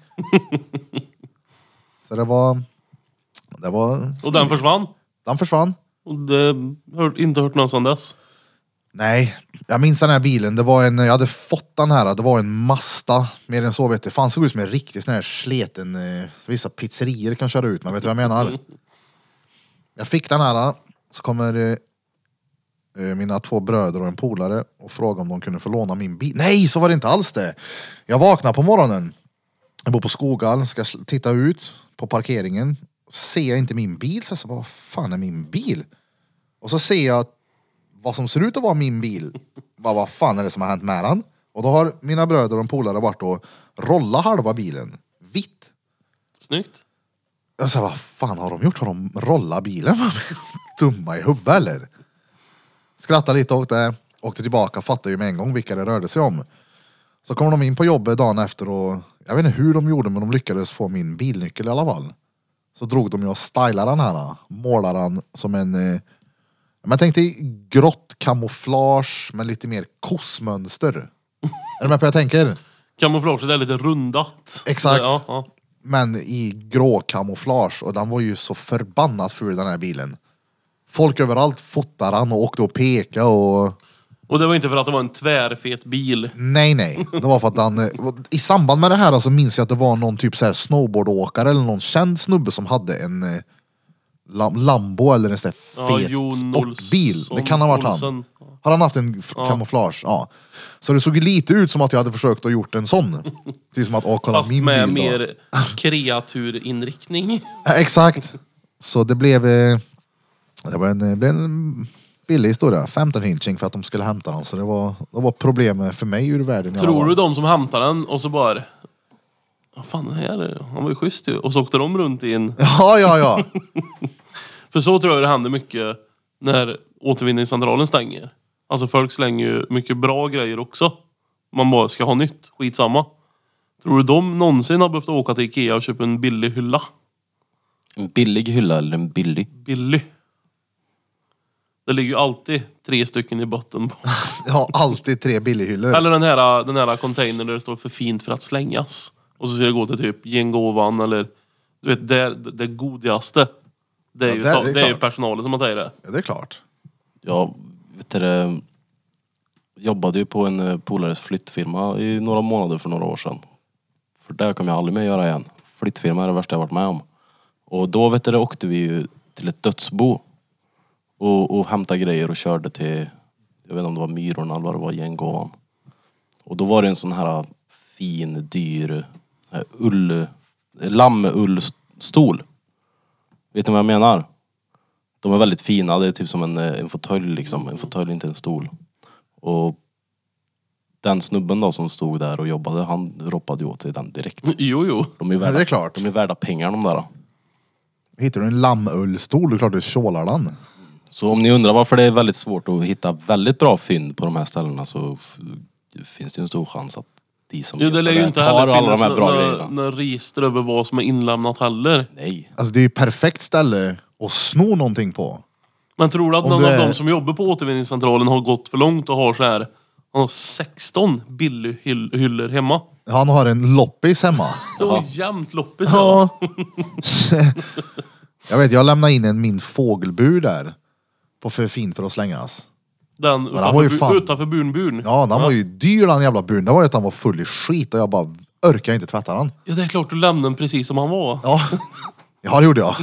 Så det var... Och den försvann. Den försvann. Och det inte hört någon sedan dess. Nej, jag minns den här bilen. Det var en... Jag hade fått den här. Det var en Mazda. Mer än så vet det. Fan, såg ut som en riktig sån här sleten... Vissa pizzerier kan köra ut. Men vet du vad jag menar? Jag fick den här... Så kommer mina 2 bröder och en polare och frågar om de kunde få låna min bil. Nej, så var det inte alls det. Jag vaknar på morgonen. Jag bor på Skoghall, ska titta ut på parkeringen. Ser jag inte min bil, så jag bara, vad fan är min bil? Och så ser jag vad som ser ut att vara min bil. Vad fan är det som har hänt med den? Och då har mina bröder och en polare varit och rollat halva bilen. Vitt. Snyggt. Jag sa, vad fan har de gjort? Har de rollat bilen? Dumma i huvudet eller? Skrattade lite och åkte tillbaka, fattade ju med en gång vilka det rörde sig om. Så kom de in på jobbet dagen efter och jag vet inte hur de gjorde, men de lyckades få min bilnyckel i alla fall. Så drog de ju och stylade den här, målade den som en jag tänkte grått kamouflage med lite mer kossmönster. Är du med på vad jag tänker? Kamouflaget är lite rundat. Exakt. Ja. Men i grå kamouflage. Och den var ju så förbannat ful den här bilen. Folk överallt fotade han och åkte och pekade Och det var inte för att det var en tvärfet bil. Nej. Det var för att den... I samband med det här så minns jag att det var någon typ så här snowboardåkare eller någon känd snubbe som hade en Lambo eller en sån där fet sportbil. Det kan ha varit han. Har han haft en kamouflage? Ja. Så det såg ju lite ut som att jag hade försökt att gjort en sån. Det är som att, kolla Fast min med bil mer kreaturinriktning. Ja, exakt. Så det blev en billig historia. 15-inching för att de skulle hämta den. Så det var problem för mig ur världen. Tror du de som hämtar den och så bara... Vad fan, det här han var ju schysst ju. Och så åkte de runt i en... Ja. För så tror jag det händer mycket när återvinningscentralen stänger. Alltså folk slänger ju mycket bra grejer också. Man bara ska ha nytt, skitsamma. Tror du de någonsin har behövt åka till Ikea och köpa en billig hylla? En billig hylla eller en billig? Billig. Det ligger ju alltid 3 stycken i botten på. Jag har alltid 3 billighyllor. Eller den här containern där det står för fint för att slängas. Och så ska det gå till typ gengovan eller... Du vet, det godigaste. Det är, det är ju personalen som har tagit det. Ja, det är klart. Jag jobbade ju på en polares flyttfirma i några månader för några år sedan. För det kommer jag aldrig mer göra igen. Flyttfirma är det värsta jag varit med om. Och då åkte vi ju till ett dödsbo. Och hämtade grejer och körde till, jag vet inte om det var Myrorna eller vad det var, Gengovan. Och då var det en sån här fin, dyr lammullstol. Vet ni vad jag menar? De är väldigt fina, det är typ som en fåtölj liksom. En fåtölj, inte en stol. Och den snubben då som stod där och jobbade, han roppade ju åt sig den direkt. Jo. De är ju värda, det är klart. De är värda pengar de där. Hittar du en lammullstol, det är klart du tjålar den. Så om ni undrar varför det är väldigt svårt att hitta väldigt bra fynd på de här ställena, så finns det ju en stor chans att de som Jo, det lär ju inte tar heller alla de finnas här bra grejerna. några register över vad som är inlämnat heller. Nej. Alltså det är ju perfekt ställe att sno någonting på. Men tror du att Om någon du av är- dem som jobbar på återvinningscentralen har gått för långt och har så här, han har 16 billighyllor hemma? Han har en loppis hemma. Det var jämnt loppis. Ja. Jag lämnade in min fågelbur där. På för fin för att slängas. Den den var ju fan- utanför burn. Ja, den var ju dyr den jävla buren. Det var ju att han var full i skit och jag bara orkade inte tvätta den. Ja, det är klart du lämnade den precis som han var. Ja, det gjorde jag.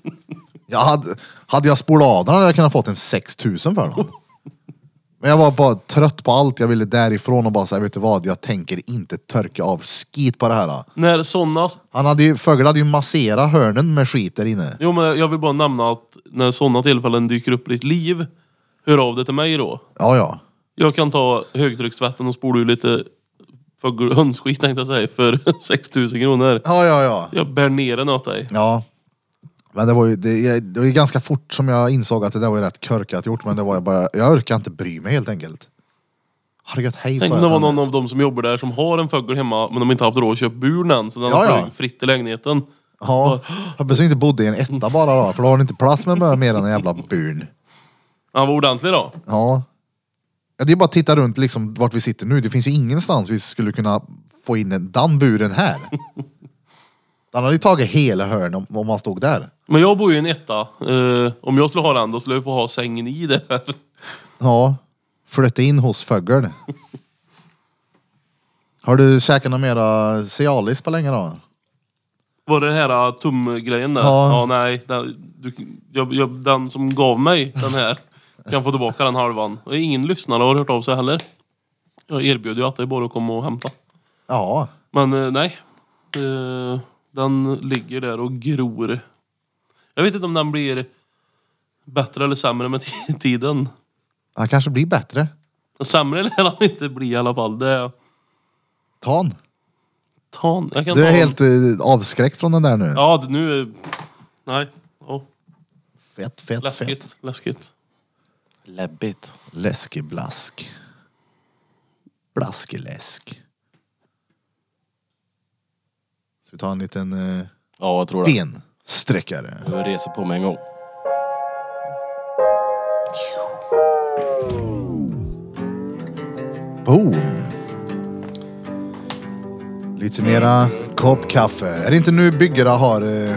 Hade jag spolat av den hade jag kunnat fått en 6000 för den. Men jag var bara trött på allt. Jag ville därifrån och bara säga, vet du vad? Jag tänker inte törka av skit på det här. När sådana... Fågel hade ju masserat hörnen med skit där inne. Jo, men jag vill bara nämna att när sådana tillfällen dyker upp i ditt liv, hör av det till mig då. Ja. Jag kan ta högtryckstvätten och spola ur lite hönsskit tänkte jag säga, för 6000 kronor. Ja. Jag bär ner den åt dig. Ja. Men det var ju ganska fort som jag insåg att det där var ju rätt körkat gjort. Men det var jag orkar inte bry mig helt enkelt. Herregud, hej. Tänk om det var någon av dem som jobbar där som har en fågel hemma, men de inte haft råd att köpa buren än, så den flög fritt i lägenheten. Ja, jag behöver inte bodde i en etta bara då, för då har du inte plats med mer än en jävla buren. Han var ordentlig då. Ja. Det är bara att titta runt liksom vart vi sitter nu. Det finns ju ingenstans vi skulle kunna få in den buren här. Den hade ju tagit hela hörn om man stod där. Men jag bor ju i en etta. Om jag skulle ha den, då skulle jag få ha sängen i det här. Ja. Flytta in hos fågeln. Har du käkat några mera Cialis på länge då? Var det här tumgrejen där? Ja. Nej. Den som gav mig den här kan få tillbaka den halvan. Och ingen lyssnare har hört av sig heller. Jag erbjöd ju att det är bara att komma och hämta. Ja. Men nej. Den ligger där och gror. Jag vet inte om den blir bättre eller sämre med tiden. Han kanske blir bättre. Sämre lär han inte bli i alla fall. Det är... Ta han. Jag kan Du ta är en. helt avskräckt från den där nu. Ja, nu är... Nej. Oh. Fett. Läskigt. Läbbigt. Läskeblask. Blaskeläsk. Ska vi ta en liten Ja, jag tror det. bensträckare? Jag reser på mig en gång. Boom. Lite mera kopp kaffe. Är det inte nu byggare har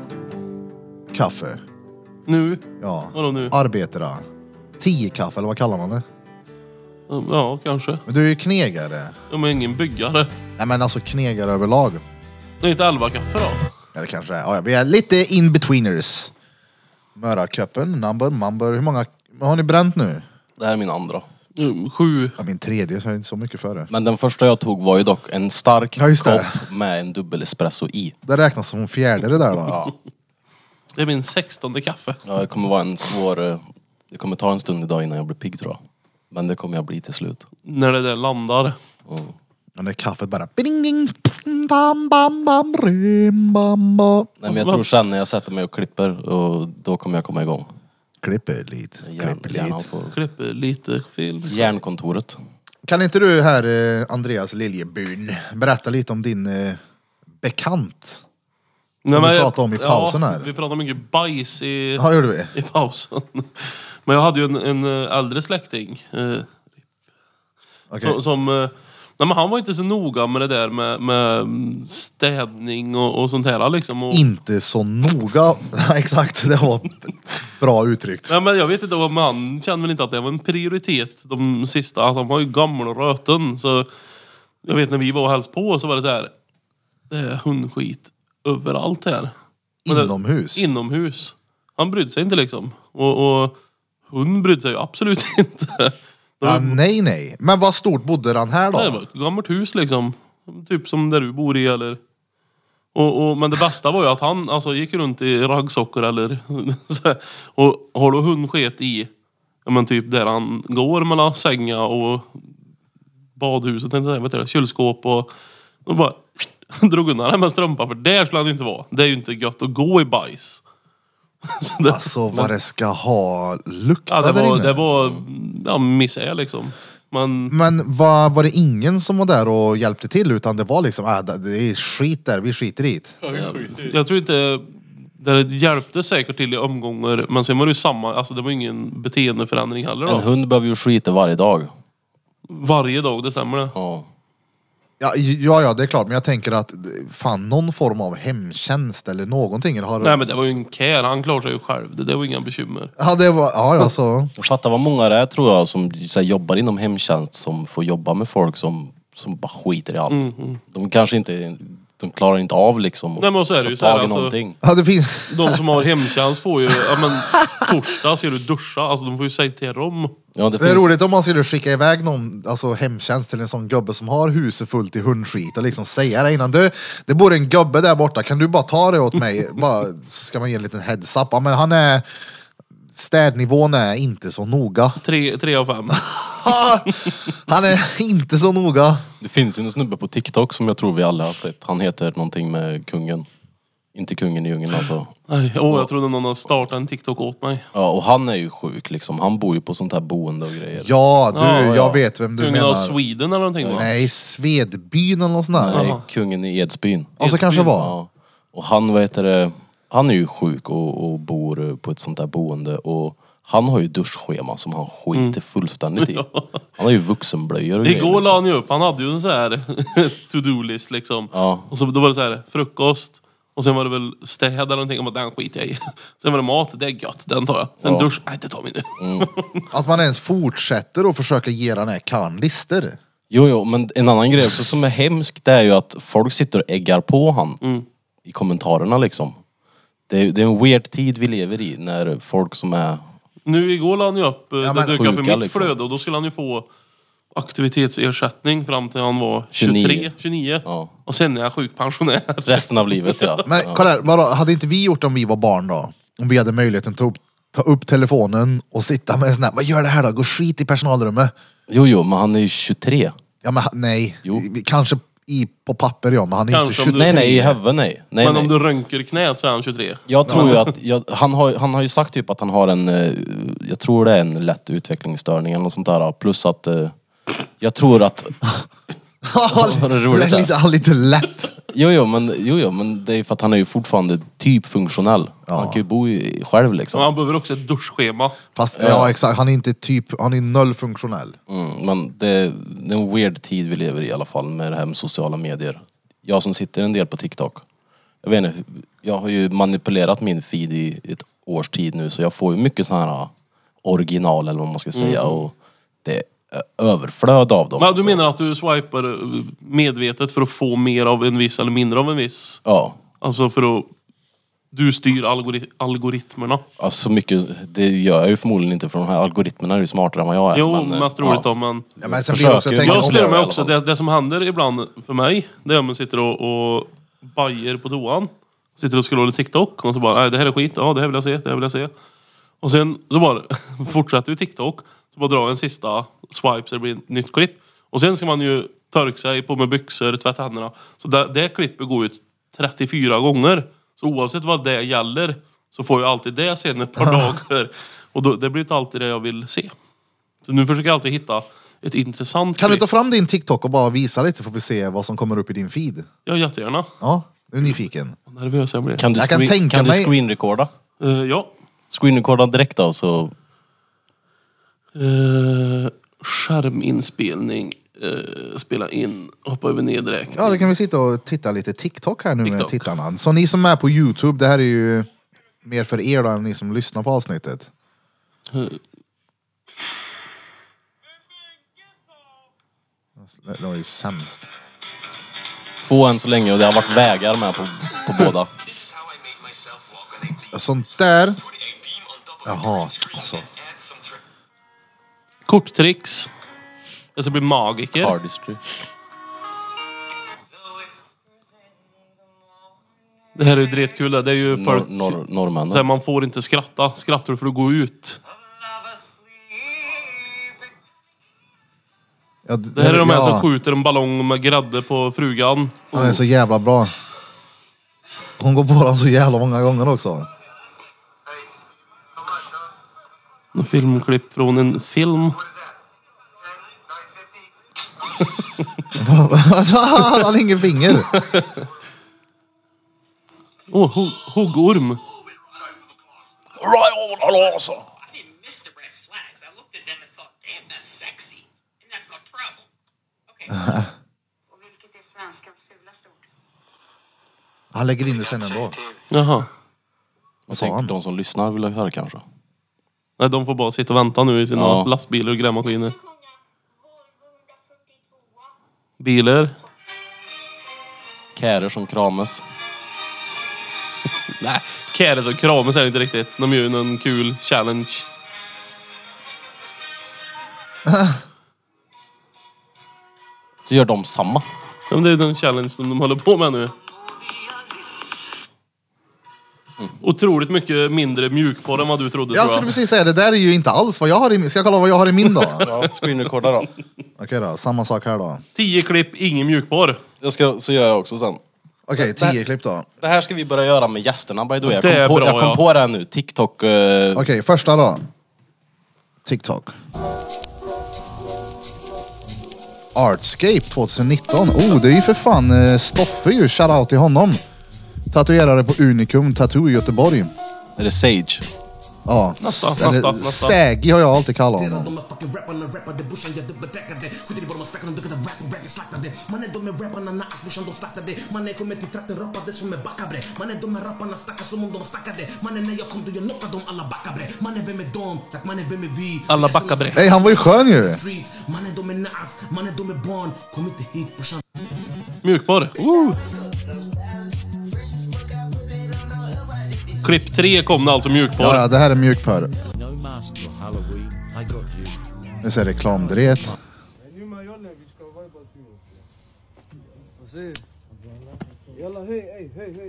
kaffe? Nu? Ja. Vadå nu? Arbetare. 10 kaffe eller vad kallar man det? Ja, kanske. Men du är ju knegare. De är ingen byggare. Nej men alltså knegare överlag. Det är inte 11 kaffe då? Ja det kanske är. Ja, vi är lite in-betweeners. Möraköppen, number. Hur många har ni bränt nu? Det här är min andra. 7. Ja, min tredje, så jag är inte så mycket före. Men den första jag tog var ju dock en stark Ja, just det. kopp med en dubbel espresso i. Det räknas som fjärde det där då. Ja. Det är min 16:e kaffe. Ja, det kommer vara en svår... Det kommer ta en stund idag innan jag blir pigg tror jag. Men det kommer jag bli till slut. När det där landar. Och när kaffet bara... Bing, ding, bam, bam, bam, rim, bam, bam. Nej, men jag tror sen när jag sätter mig och klipper, och då kommer jag komma igång. Klipper lite. Klipper Hjärnan lite. får... Klipper lite film. Järnkontoret. Kan inte du här, Andreas Liljebyn, berätta lite om din bekant? vi pratade om i pausen här. Vi pratade mycket bajs i Ja, det gjorde vi. i pausen. Men jag hade ju en äldre släkting. Okej. Nej, men han var inte så noga med det där med städning och sånt här liksom. Och, Inte så noga. Exakt, det var bra uttryckt. nej, men jag vet inte om han kände väl inte att det var en prioritet de sista. Alltså, han var ju gammal och röten. Så jag vet när vi var och hälsade på så var det så här. Det är hundskit överallt här. Men Inomhus. Inomhus. Han brydde sig inte liksom. Och hon brydde sig ju absolut inte. Ja, nej. Men vad stort bodde han här då? Det var ett gammalt hus liksom. Typ som där du bor i eller... Men det bästa var ju att han alltså, gick runt i raggsockor eller... så här. Och har då hundsket i... Ja men typ där han går mellan sänga och badhuset, tänkte jag säga, vet du, kylskåp och bara drog undan det med strumpa, för där skulle han inte vara. Det är ju inte gött att gå i bajs. Så det, Alltså vad det ska ha luktat ja, där inne. det var misär liksom. Men var det ingen som var där och hjälpte till, utan det var liksom, det är skit där, vi skiter i det. Jag tror inte det hjälpte säkert till i omgångar, men sen var det ju samma, alltså det var ingen beteendeförändring heller då. En hund behöver ju skita varje dag. Varje dag, det stämmer det. Ja. Ja, det är klart, men jag tänker att fan, någon form av hemtjänst eller någonting. Eller har... Nej, men det var ju en kär, han klarar sig ju själv. Det var inga bekymmer. Ja, det var, ja, så. Jag fattar vad många det är, tror jag, som så här, jobbar inom hemtjänst, som får jobba med folk som bara skiter i allt. De kanske inte, de klarar inte av liksom Nej, men så är det ju så här, alltså, Ja, det finns... de som har hemtjänst får ju, ja men torsdag ska du duscha, alltså de får ju säga till dem. Ja, Det är roligt om man skulle skicka iväg någon, alltså hemtjänst, till en sån gubbe som har huset fullt i hundskit och liksom säga det innan. Det bor en gubbe där borta, kan du bara ta det åt mig? Bara, så ska man ge en liten heads up. Ja, men städnivån är inte så noga. 3 av 5. Han är inte så noga. Det finns ju en snubbe på TikTok som jag tror vi alla har sett. Han heter någonting med kungen. Inte kungen i djungeln alltså. Nej, jag trodde någon hade startat en TikTok åt mig. Ja, och han är ju sjuk liksom. Han bor ju på sånt här boende och grejer. Ja, Ja. jag vet vem du Kungen av menar. Sweden eller någonting va? Nej, Svedbyn eller något sånt där. Nej, kungen i Edsbyn. Ja, så kanske det var. Ja. Och han, vad heter det, han är ju sjuk och bor på ett sånt där boende. Och han har ju duschschema som han skiter fullständigt i. Han har ju vuxenblöjor och Igår la liksom. han ju upp, han hade ju en sån här to-do-list liksom. Ja. Och så då var det så här, frukost. Och sen var det väl städ eller någonting, om att den skiter jag i. Sen var det mat, det är gött, den tar jag. Sen dusch, nej det tar vi nu. Att man ens fortsätter och försöka ge den här karln lister. Jo, men en annan grej också som är hemskt, det är ju att folk sitter och äggar på han i kommentarerna liksom. Det är en weird tid vi lever i, när folk som är... Nu igår la han ju upp, det men dök upp i sjuka, mitt liksom. flöde och då skulle han ju få aktivitetsersättning fram till han var 29. Ja. Och sen är jag sjukpensionär. Resten av livet, ja. Men kolla här, hade inte vi gjort om vi var barn då? Om vi hade möjligheten att ta upp telefonen och sitta med en sån här, vad gör det här då? Gå skit i personalrummet. Jo, men han är ju 23. Ja men nej, Jo. kanske på papper ja, men han är Kanske om inte du- 23. Nej, i huvudet nej. Men om du röntgar knät så är han 23. Jag tror ju att, han har ju sagt typ att han har en, jag tror det är en lätt utvecklingsstörning eller något sånt där. Plus att, jag tror att, vad är det roligt där? lite lätt. Jo, men det är för att han är ju fortfarande typ funktionell. Han kan ju bo själv liksom. Men han behöver också ett duschschema. Fast ja exakt, han är inte han är noll funktionell. Men det är en weird tid vi lever i alla fall med det här med sociala medier. Jag som sitter en del på TikTok. Jag vet inte, jag har ju manipulerat min feed i ett års tid nu, så jag får ju mycket sådana här original eller vad man ska säga, och det är överflöd av dem. Men du menar att du swipar medvetet för att få mer av en viss eller mindre av en viss? Ja. Alltså för att du styr algoritmerna. Alltså mycket, det gör jag ju förmodligen inte, för de här algoritmerna är ju smartare än vad jag är. Jo, men, mest roligt om man... Ja, men sen blir det också, Försöker. tänker Jag om- stör mig i alla också. fall. Det som händer ibland för mig, det är om man sitter och bajer på toan. Sitter och scrollar TikTok och så bara, nej det här är skit, ja det här vill jag se, det här vill jag se. Och sen så bara fortsätter ju TikTok, så bara drar en sista swipe så det blir ett nytt klipp. Och sen ska man ju törka sig på med byxor, tvätta händerna. Så det klippet går ut 34 gånger. Så oavsett vad det gäller så får jag alltid det sen ett par dagar. Och då, det blir inte alltid det jag vill se. Så nu försöker jag alltid hitta ett intressant Kan du klipp. ta fram din TikTok och bara visa lite, får vi se vad som kommer upp i din feed? Ja, jättegärna. Ja, jag är nyfiken. Vad nervös jag blir. Kan du, Jag kan tänka du mig- screenrecorda? Ja. Screenrecorda direkt då, så... Skärminspelning. Spela in. Hoppa över nedräkning. Ja, då kan vi sitta och titta lite TikTok här nu med TikTok. tittarna. Så ni som är på YouTube, det här är ju mer för er då än ni som lyssnar på avsnittet. Det var ju sämst. 2 än så länge, och det har varit vägar med på båda. Sånt där. Jaha, alltså. Korttricks. Jag ska bli magiker. Cardistry. Det här är ju dretkul. Det är ju folk... Norrmännen. Så här, man får inte skratta. Skrattar du för att gå ut. Ja, Det här är de här som skjuter en ballong med grädde på frugan. Han är så jävla bra. Hon går på den så jävla många gånger också. En filmklipp från en film. Han har ingen finger. Huggorm. I didn't miss the red flags. I looked at them and thought, damn, that's sexy. And that's my problem. Okay. Och vilket är svenskans fulaste ord? Han lägger in det sen ändå. Jaha. Jag tänker de som lyssnar vill höra kanske. Nej, de får bara sitta och vänta nu i sina Ja. lastbilar och grävmaskiner. Bilar. Kärer som kramas. Nej, kärer som kramas är det inte riktigt. De gör ju en kul challenge. Så gör de samma. Ja, men det är den challenge som de håller på med nu. Otroligt mycket mindre mjukporr än vad du trodde, Jag tror skulle jag. precis säga, det där är ju inte alls vad jag har i min. Ska jag kolla vad jag har i min då? Ja, screenrecorda då. Okej då, samma sak här då. 10 klipp, ingen mjukporr. Så gör jag också sen. Okej, 10 klipp då. Det här ska vi börja göra med gästerna by the way. Det är bra, Jag kom ja. på det här nu. TikTok. Okej, första då. TikTok. Artscape 2019. Det är ju för fan Stoffe ju. Shoutout till honom. Tatuerare på Unicum Tattoo i Göteborg. Är det Sage? Ja, Nästa. Sägi har jag alltid kallat honom. Alla backabre. Nej, han var ju skön ju. Mjukporr. Klipp 3 kom det alltså mjukporr. Ja, det här är mjukporr. Nu ser reklamdret. Yalla hey.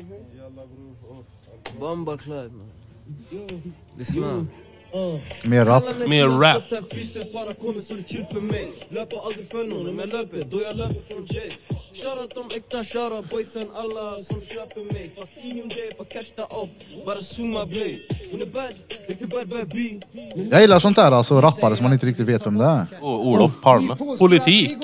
Bomba klar man. Lyssna. Mer rap. Mer rap. Bara kommer så det kul för mig. Löper aldrig för någon, om jag löper då jag löper från Jets. Shoutout de äkta, shoutout boysen alla som köper mig. Fast see him there, för catch that up. Bara zooma blade. Hon är bad, riktigt bad baby. Jag gillar sånt där, alltså rappare som man inte riktigt vet vem det är. Och Olof Palme. Politik.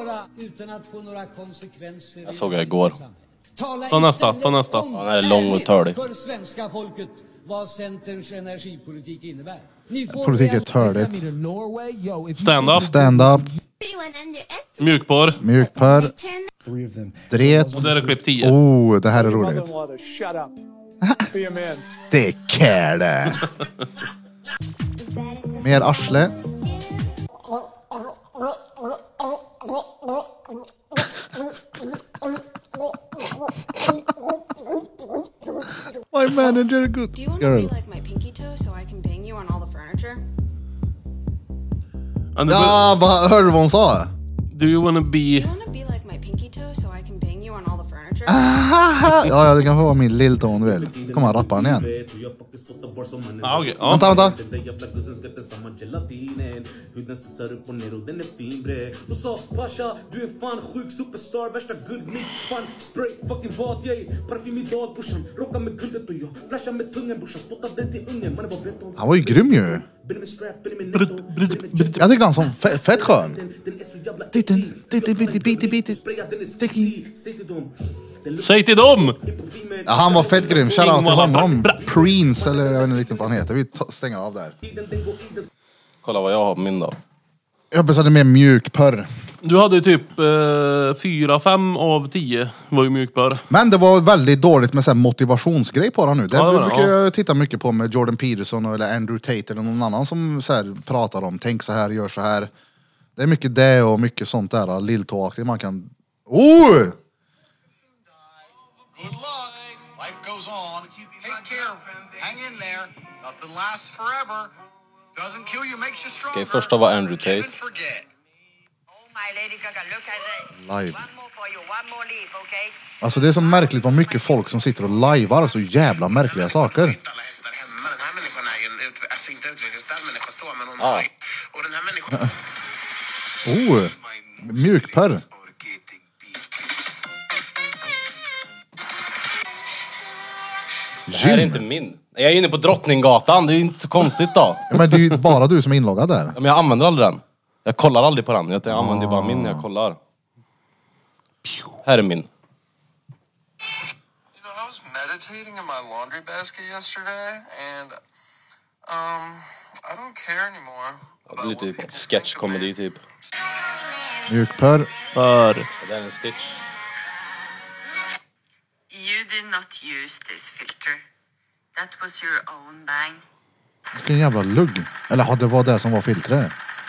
Jag såg det igår. Ta nästa. Han är lång och törlig. För svenska folket vad Centerns energipolitik innebär. Politik är törligt. Stand-up. Stand-up. Mjukporr. Mjukporr. Dret. Och där är klipp 10. Det här är roligt. Det är kärle. Mer arsle. My manager good Do you want to girl. be like my pinky toe so I can bang you on all the furniture? Ja, hörde du vad hon sa? Do you wanna be... Do you want to be like my pinky toe so I can bang you on all the furniture? Ja, det kan få vara min lilltå om du vill. Kommer han rappa den igen? Ah, okay. Ja. Vänta. Han var ju grym ju. Jag tyckte han som fett skön. Säg till dem! Ja, han var fett grym. Shoutout till honom. Prince, eller jag vet inte riktigt vad han heter. Vi stänger av där. Kolla vad jag har på min då. Jag hoppas att det är mer mjukporr. Du hade typ 4-5 av 10 var ju mjukporr. Men det var väldigt dåligt med så här motivationsgrej på den nu. Det Ja, det var det, brukar ja. jag titta mycket på med Jordan Peterson eller Andrew Tate eller någon annan som så här pratar om tänk så här, gör så här. Det är mycket det och mycket sånt där lilltåaktigt man kan... Good luck. Life goes on. Take care. Hang in there. Nothing lasts forever. Doesn't kill you, makes you stronger. Okej, första var Andrew Tate. Don't forget. Oh my Lady Gaga, look at this. Live. One more for you, one more leaf, okay? Alltså det är så märkligt vad mycket folk som sitter och lajvar så jävla märkliga saker. Alla hästar hemma. Den här människan är ju inte utvecklingstörd, men hon har. Och den här människan... Oh, mjukpör. Det här är inte min. Jag är inne på Drottninggatan, det är ju inte så konstigt då. Ja, men det är ju bara du som är inloggad där. Ja, men jag använder aldrig den. Jag kollar aldrig på den. Jag använder bara min när jag kollar. Här är min. You know, I was meditating in my laundry basket yesterday and I don't care anymore. Det är lite sketch-comedy typ. Mjukpör. För. Det är en stitch. You did not use this filter. That was your own bang. Vilken jävla lugg. Eller det var det som var filtret.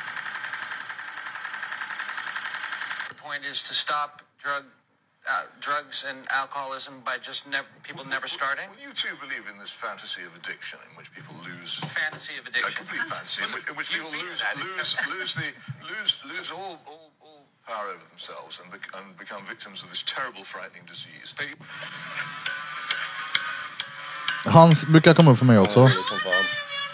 The point is to stop drugs and alcoholism by just people never starting. You two believe in this fantasy of addiction in which people lose Fantasy of a addiction. complete fantasy in which people lose all power over themselves and become victims of this terrible, frightening disease. Han brukar komma upp för mig också. Det är som fan.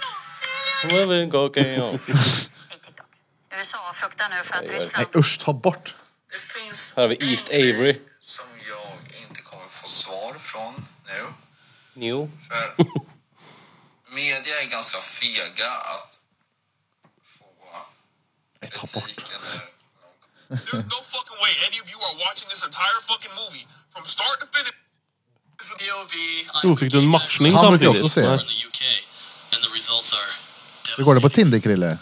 USA fruktar nu för att Nej Ryssland... usch, ta bort. Det finns Här har vi East Avery. som jag inte kommer få svar från nu. New. För media är ganska fega att få Ta bort. kritik eller... There's no fucking way any of you are watching this entire fucking movie from start to finish. Då fick du en matchning Han brukar samtidigt. också se. Nej. Hur går det på Tinder, Krille?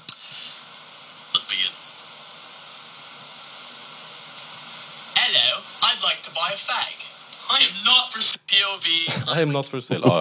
Hello, I'd like to buy a fag. I am not for POV. I am not for sale. Ja.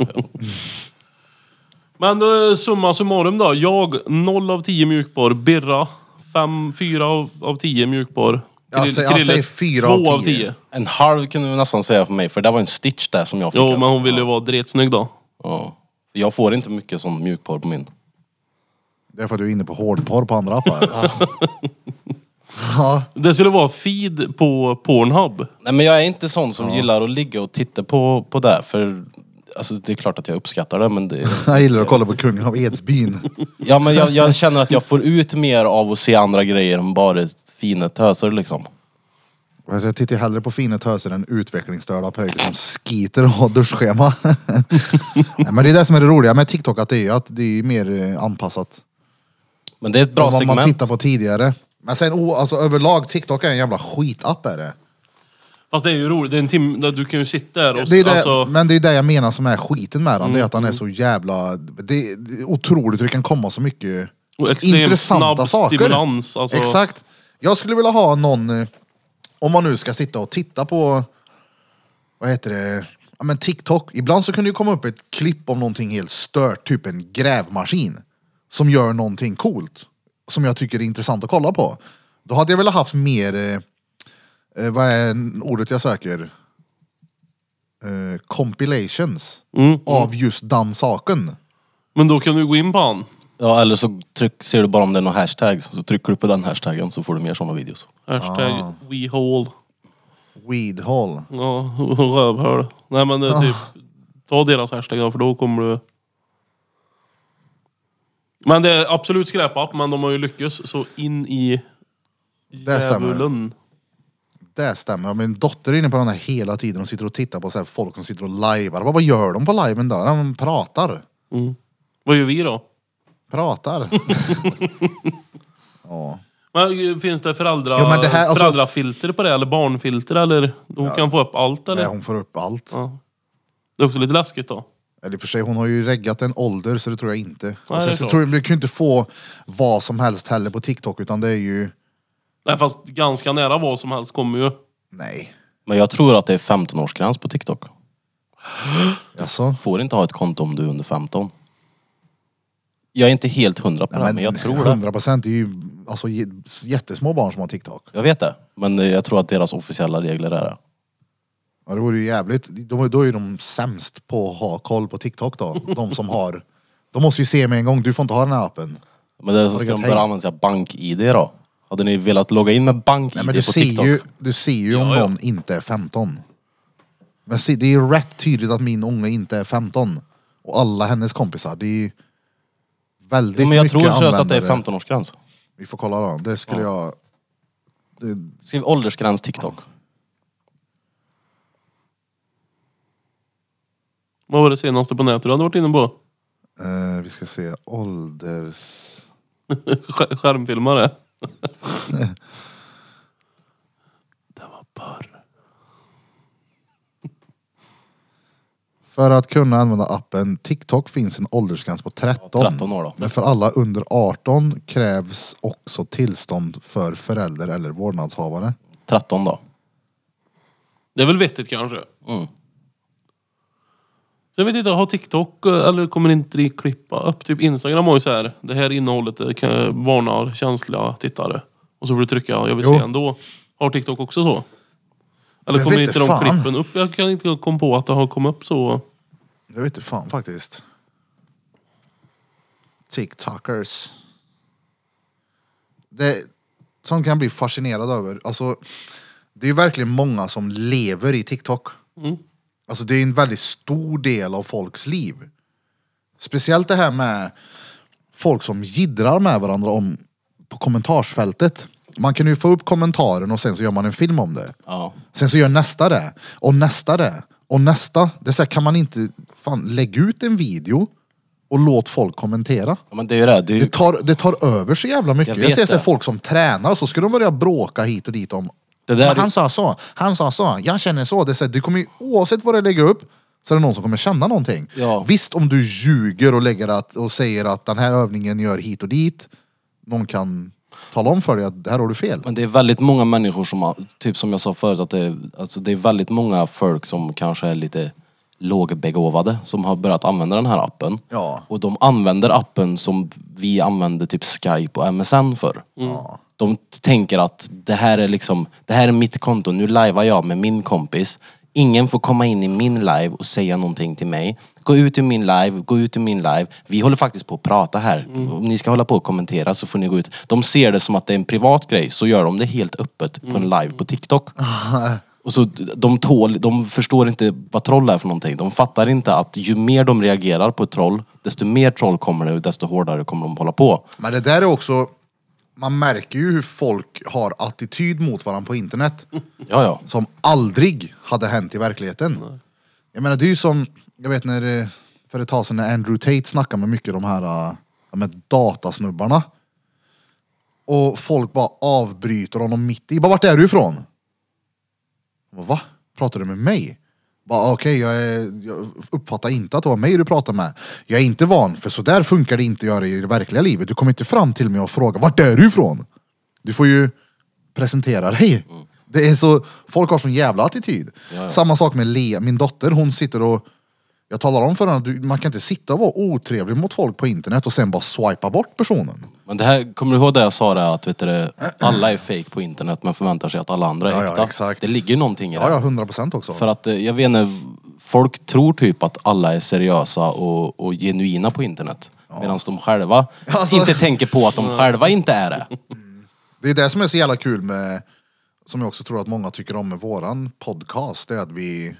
Men summa summarum då. Jag 0 av 10 mjukbar. Birra 4 av 10 mjukbar. Jag säger 4 2 av 10. En halv kunde vi nästan säga för mig, för det var en stitch där som jag fick. Jo, men hon ville ju vara dretsnygg då. Ja. Jag får inte mycket sån mjukporr på min. Det är för att du är inne på hårdporr på andra appar. Ja. Det skulle vara feed på Pornhub. Nej, men jag är inte sån som gillar att ligga och titta på det, för alltså, det är klart att jag uppskattar det, men det... Jag gillar att kolla på kungen av Edsbyn. Ja, men jag känner att jag får ut mer av att se andra grejer än bara fina töser liksom. Alltså, jag tittar ju hellre på fina töser än utvecklingsstörda pojkar som skiter och har duschschema. Nej, men det är det som är det roliga med TikTok, att det är att det är mer anpassat. Men det är ett bra vad segment. man tittar på tidigare. Men sen alltså, överlag, TikTok är en jävla skitapp är det. Fast det är ju roligt. Det är en timme där du kan ju sitta där och... Det är det, alltså, men det är det jag menar som är skiten med den. Det är att han är så jävla... Det är otroligt hur det kan komma så mycket och extremt intressanta snabb saker. stimulans. Alltså, Exakt. Jag skulle vilja ha någon... Om man nu ska sitta och titta på... Vad heter det? Ja, men TikTok. Ibland så kan det ju komma upp ett klipp om någonting helt stört. Typ en grävmaskin. Som gör någonting coolt. Som jag tycker är intressant att kolla på. Då hade jag velat haft mer... vad är ordet jag söker? Compilations. Av just den saken. Men då kan du gå in på han. Ja, eller så ser du bara om det är någon hashtag, så trycker du på den hashtaggen så får du mer sådana videos. Hashtag WeHole. Weedhole. Ja, rövhål. Nej, men det är typ... Ta deras hashtag då, för då kommer du... Men det är absolut skräpapp, men de har ju lyckats så in i Det stämmer. djävulen. Det stämmer. Min dotter är inne på den här hela tiden och sitter och tittar på så här folk som sitter och lajvar. Vad gör de på liven då? De pratar. Vad gör vi då? Pratar. Ja. Men finns det Jo, men det här, alltså- föräldrafilter på det? Eller barnfilter? Eller hon kan få upp allt? Eller? Nej, hon får upp allt. Ja. Det är också lite läskigt då. Eller för sig, hon har ju reggat en ålder, så det tror jag inte. det är Så klart. tror jag, du kan ju inte få vad som helst heller på TikTok, utan det är ju... Nej, fast ganska nära vad som helst kommer ju. Nej. Men jag tror att det är 15-årsgräns på TikTok. Alltså. Får inte ha ett konto om du är under 15. Jag är inte helt 100 på det, men jag tror det. 100% är ju alltså, jättesmå barn som har TikTok. Jag vet det, men jag tror att deras officiella regler är det. Ja, det vore ju jävligt. Då är ju de sämst på att ha koll på TikTok då. De som har... De måste ju se med en gång, du får inte ha den här appen. Men det är så ska de börja använda sig av bank-id då. Hade ni velat logga in med bank-id Nej, men på TikTok? Du ser ju om någon inte är 15. Men det är ju rätt tydligt att min unge inte är 15. Och alla hennes kompisar, det är ju väldigt Ja, men jag mycket tror seriöst att det är användare. 15-årsgräns. Vi får kolla då. Det skulle jag... Skriv åldersgräns TikTok. Vad var det senaste på nätet du hade varit inne på? Vi ska se, ålders... Skärmfilmare. Det var porr. För att kunna använda appen TikTok finns en åldersgräns på 13. 13 år då. Men för alla under 18 krävs också tillstånd för förälder eller vårdnadshavare. 13 då. Det är väl vettigt kanske. Mm. Så jag vet inte, har TikTok eller kommer inte de klippa upp? Typ Instagram har ju så här, det här innehållet kan varna känsliga tittare. Och så får du trycka, jag vill se ändå. Har TikTok också så? Eller Jag kommer vet inte inte de fan. klippen upp? Jag kan inte komma på att det har kommit upp så. Jag vet inte fan faktiskt. TikTokers. Sånt kan jag bli fascinerad över. Alltså, det är ju verkligen många som lever i TikTok. Alltså det är en väldigt stor del av folks liv. Speciellt det här med folk som jiddrar med varandra om på kommentarsfältet. Man kan ju få upp kommentaren och sen så gör man en film om det. Ja. Sen så gör nästa det. Och nästa det. Och nästa. Det är så här, kan man inte lägga ut en video och låt folk kommentera. Ja, men det är ju det. Det tar över så jävla mycket. Jag ser så här, folk som tränar så ska de börja bråka hit och dit om men han sa så, jag känner så. Det är så här, du kommer ju, oavsett vad du lägger upp så är det någon som kommer känna någonting. Ja. Visst om du ljuger och säger att den här övningen gör hit och dit. Någon kan tala om för dig att det här har du fel. Men det är väldigt många människor som har, typ som jag sa förut, att det är väldigt många folk som kanske är lite lågbegåvade som har börjat använda den här appen. Ja. Och de använder appen som vi använder typ Skype och MSN för. Ja. De tänker att det här är mitt konto, nu livear jag med min kompis. Ingen får komma in i min live och säga någonting till mig. Gå ut ur min live. Vi håller faktiskt på att prata här. Om ni ska hålla på och kommentera så får ni gå ut. De ser det som att det är en privat grej, så gör de det helt öppet på en live på TikTok. Och så de förstår inte vad troll är för någonting. De fattar inte att ju mer de reagerar på ett troll, desto mer troll kommer det och desto hårdare kommer de hålla på. Men det där är också, man märker ju hur folk har attityd mot varandra på internet. Ja. Som aldrig hade hänt i verkligheten. Jag menar det är ju som, jag vet när för ett tag sedan när Andrew Tate snackade med mycket de här datasnubbarna. Och folk bara avbryter honom mitt i. Bara, vart är du ifrån? Va? Pratar du med mig? Okej, jag uppfattar inte att det var mig du pratade med. Jag är inte van, för så där funkar det inte att göra i det verkliga livet. Du kommer inte fram till mig och frågar, vart är du ifrån? Du får ju presentera dig. Det är så, folk har sån jävla attityd. Ja. Samma sak med Lea, min dotter, hon sitter och jag talar om för henne att man kan inte sitta och vara otrevlig mot folk på internet och sen bara swipa bort personen. Men det här, kommer du ihåg det jag sa där, att alla är fake på internet men förväntar sig att alla andra är äkta? Exakt. Det ligger ju någonting i det. Ja, 100% också. För att jag vet inte, folk tror typ att alla är seriösa och genuina på internet. Medan de själva inte tänker på att de själva inte är det. Det är det som är så jävla kul med, som jag också tror att många tycker om med våran podcast, det är att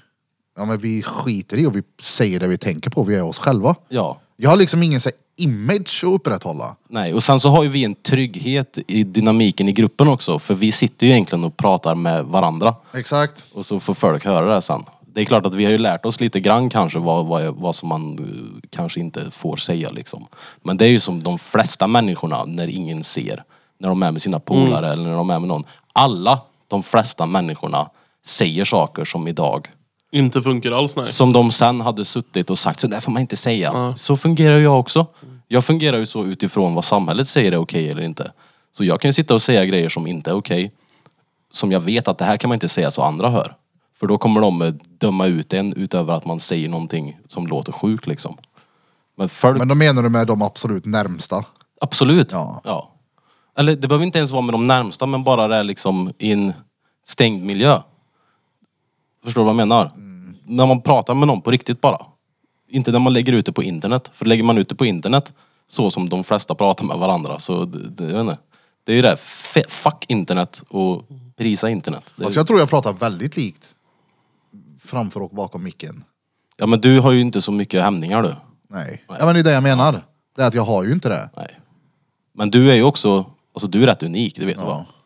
vi skiter i och vi säger det vi tänker på, vi är oss själva. Ja. Jag har liksom ingen så här, image att upprätthålla. Nej, och sen så har ju vi en trygghet i dynamiken i gruppen också. För vi sitter ju egentligen och pratar med varandra. Exakt. Och så får folk höra det sen. Det är klart att vi har ju lärt oss lite grann kanske vad som man kanske inte får säga liksom. Men det är ju som de flesta människorna när ingen ser. När de är med sina polare eller när de är med någon. De flesta människorna säger saker som idag Inte funkar alls, nej. som de sen hade suttit och sagt, så där får man inte säga. Så fungerar jag också. Jag fungerar ju så utifrån vad samhället säger är okej eller inte. Så jag kan ju sitta och säga grejer som inte är okej. Som jag vet att det här kan man inte säga så andra hör. För då kommer de döma ut en utöver att man säger någonting som låter sjukt liksom. Men då menar du med de absolut närmsta? Absolut. Ja. Eller det behöver inte ens vara med de närmsta, men bara det är liksom i en stängd miljö. Förstår du vad jag menar? När man pratar med någon på riktigt bara. Inte när man lägger ut det på internet. För lägger man ut det på internet så som de flesta pratar med varandra, så det är ju det. Fuck internet och prisa internet. Alltså jag tror jag pratar väldigt likt framför och bakom micken. Ja, men du har ju inte så mycket hämningar du. Nej. Ja, men det är det jag menar. Det är att jag har ju inte det. Nej. Men du är ju också, alltså du är rätt unik, det vet du va?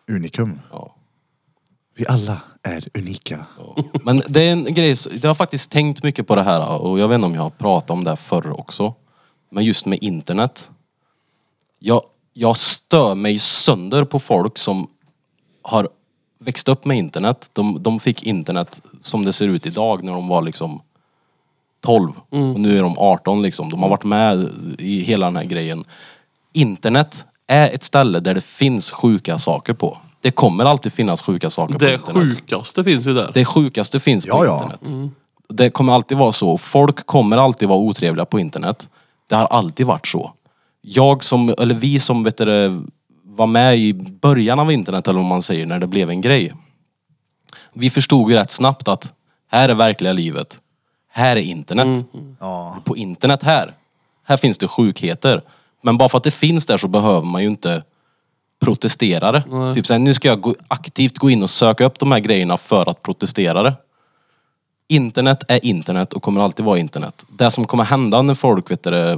Unikum. Ja. Vi alla är unika. Men det är en grej, jag har faktiskt tänkt mycket på det här och jag vet inte om jag har pratat om det förr också. Men just med internet. Jag stör mig sönder på folk som har växt upp med internet. De fick internet som det ser ut idag när de var liksom 12. Och nu är de 18 liksom. De har varit med i hela den här grejen. Internet är ett ställe där det finns sjuka saker på. Det kommer alltid finnas sjuka saker på internet. Det sjukaste finns ju där. Det sjukaste finns på internet. Det kommer alltid vara så. Folk kommer alltid vara otrevliga på internet. Det har alltid varit så. Vi som vet du, var med i början av internet, eller om man säger, när det blev en grej. Vi förstod ju rätt snabbt att här är verkliga livet. Här är internet. På internet här finns det sjukheter. Men bara för att det finns där så behöver man ju inte protestera det. Typ såhär, nu ska jag aktivt gå in och söka upp de här grejerna för att protestera det. Internet är internet och kommer alltid vara internet. Det som kommer hända när folk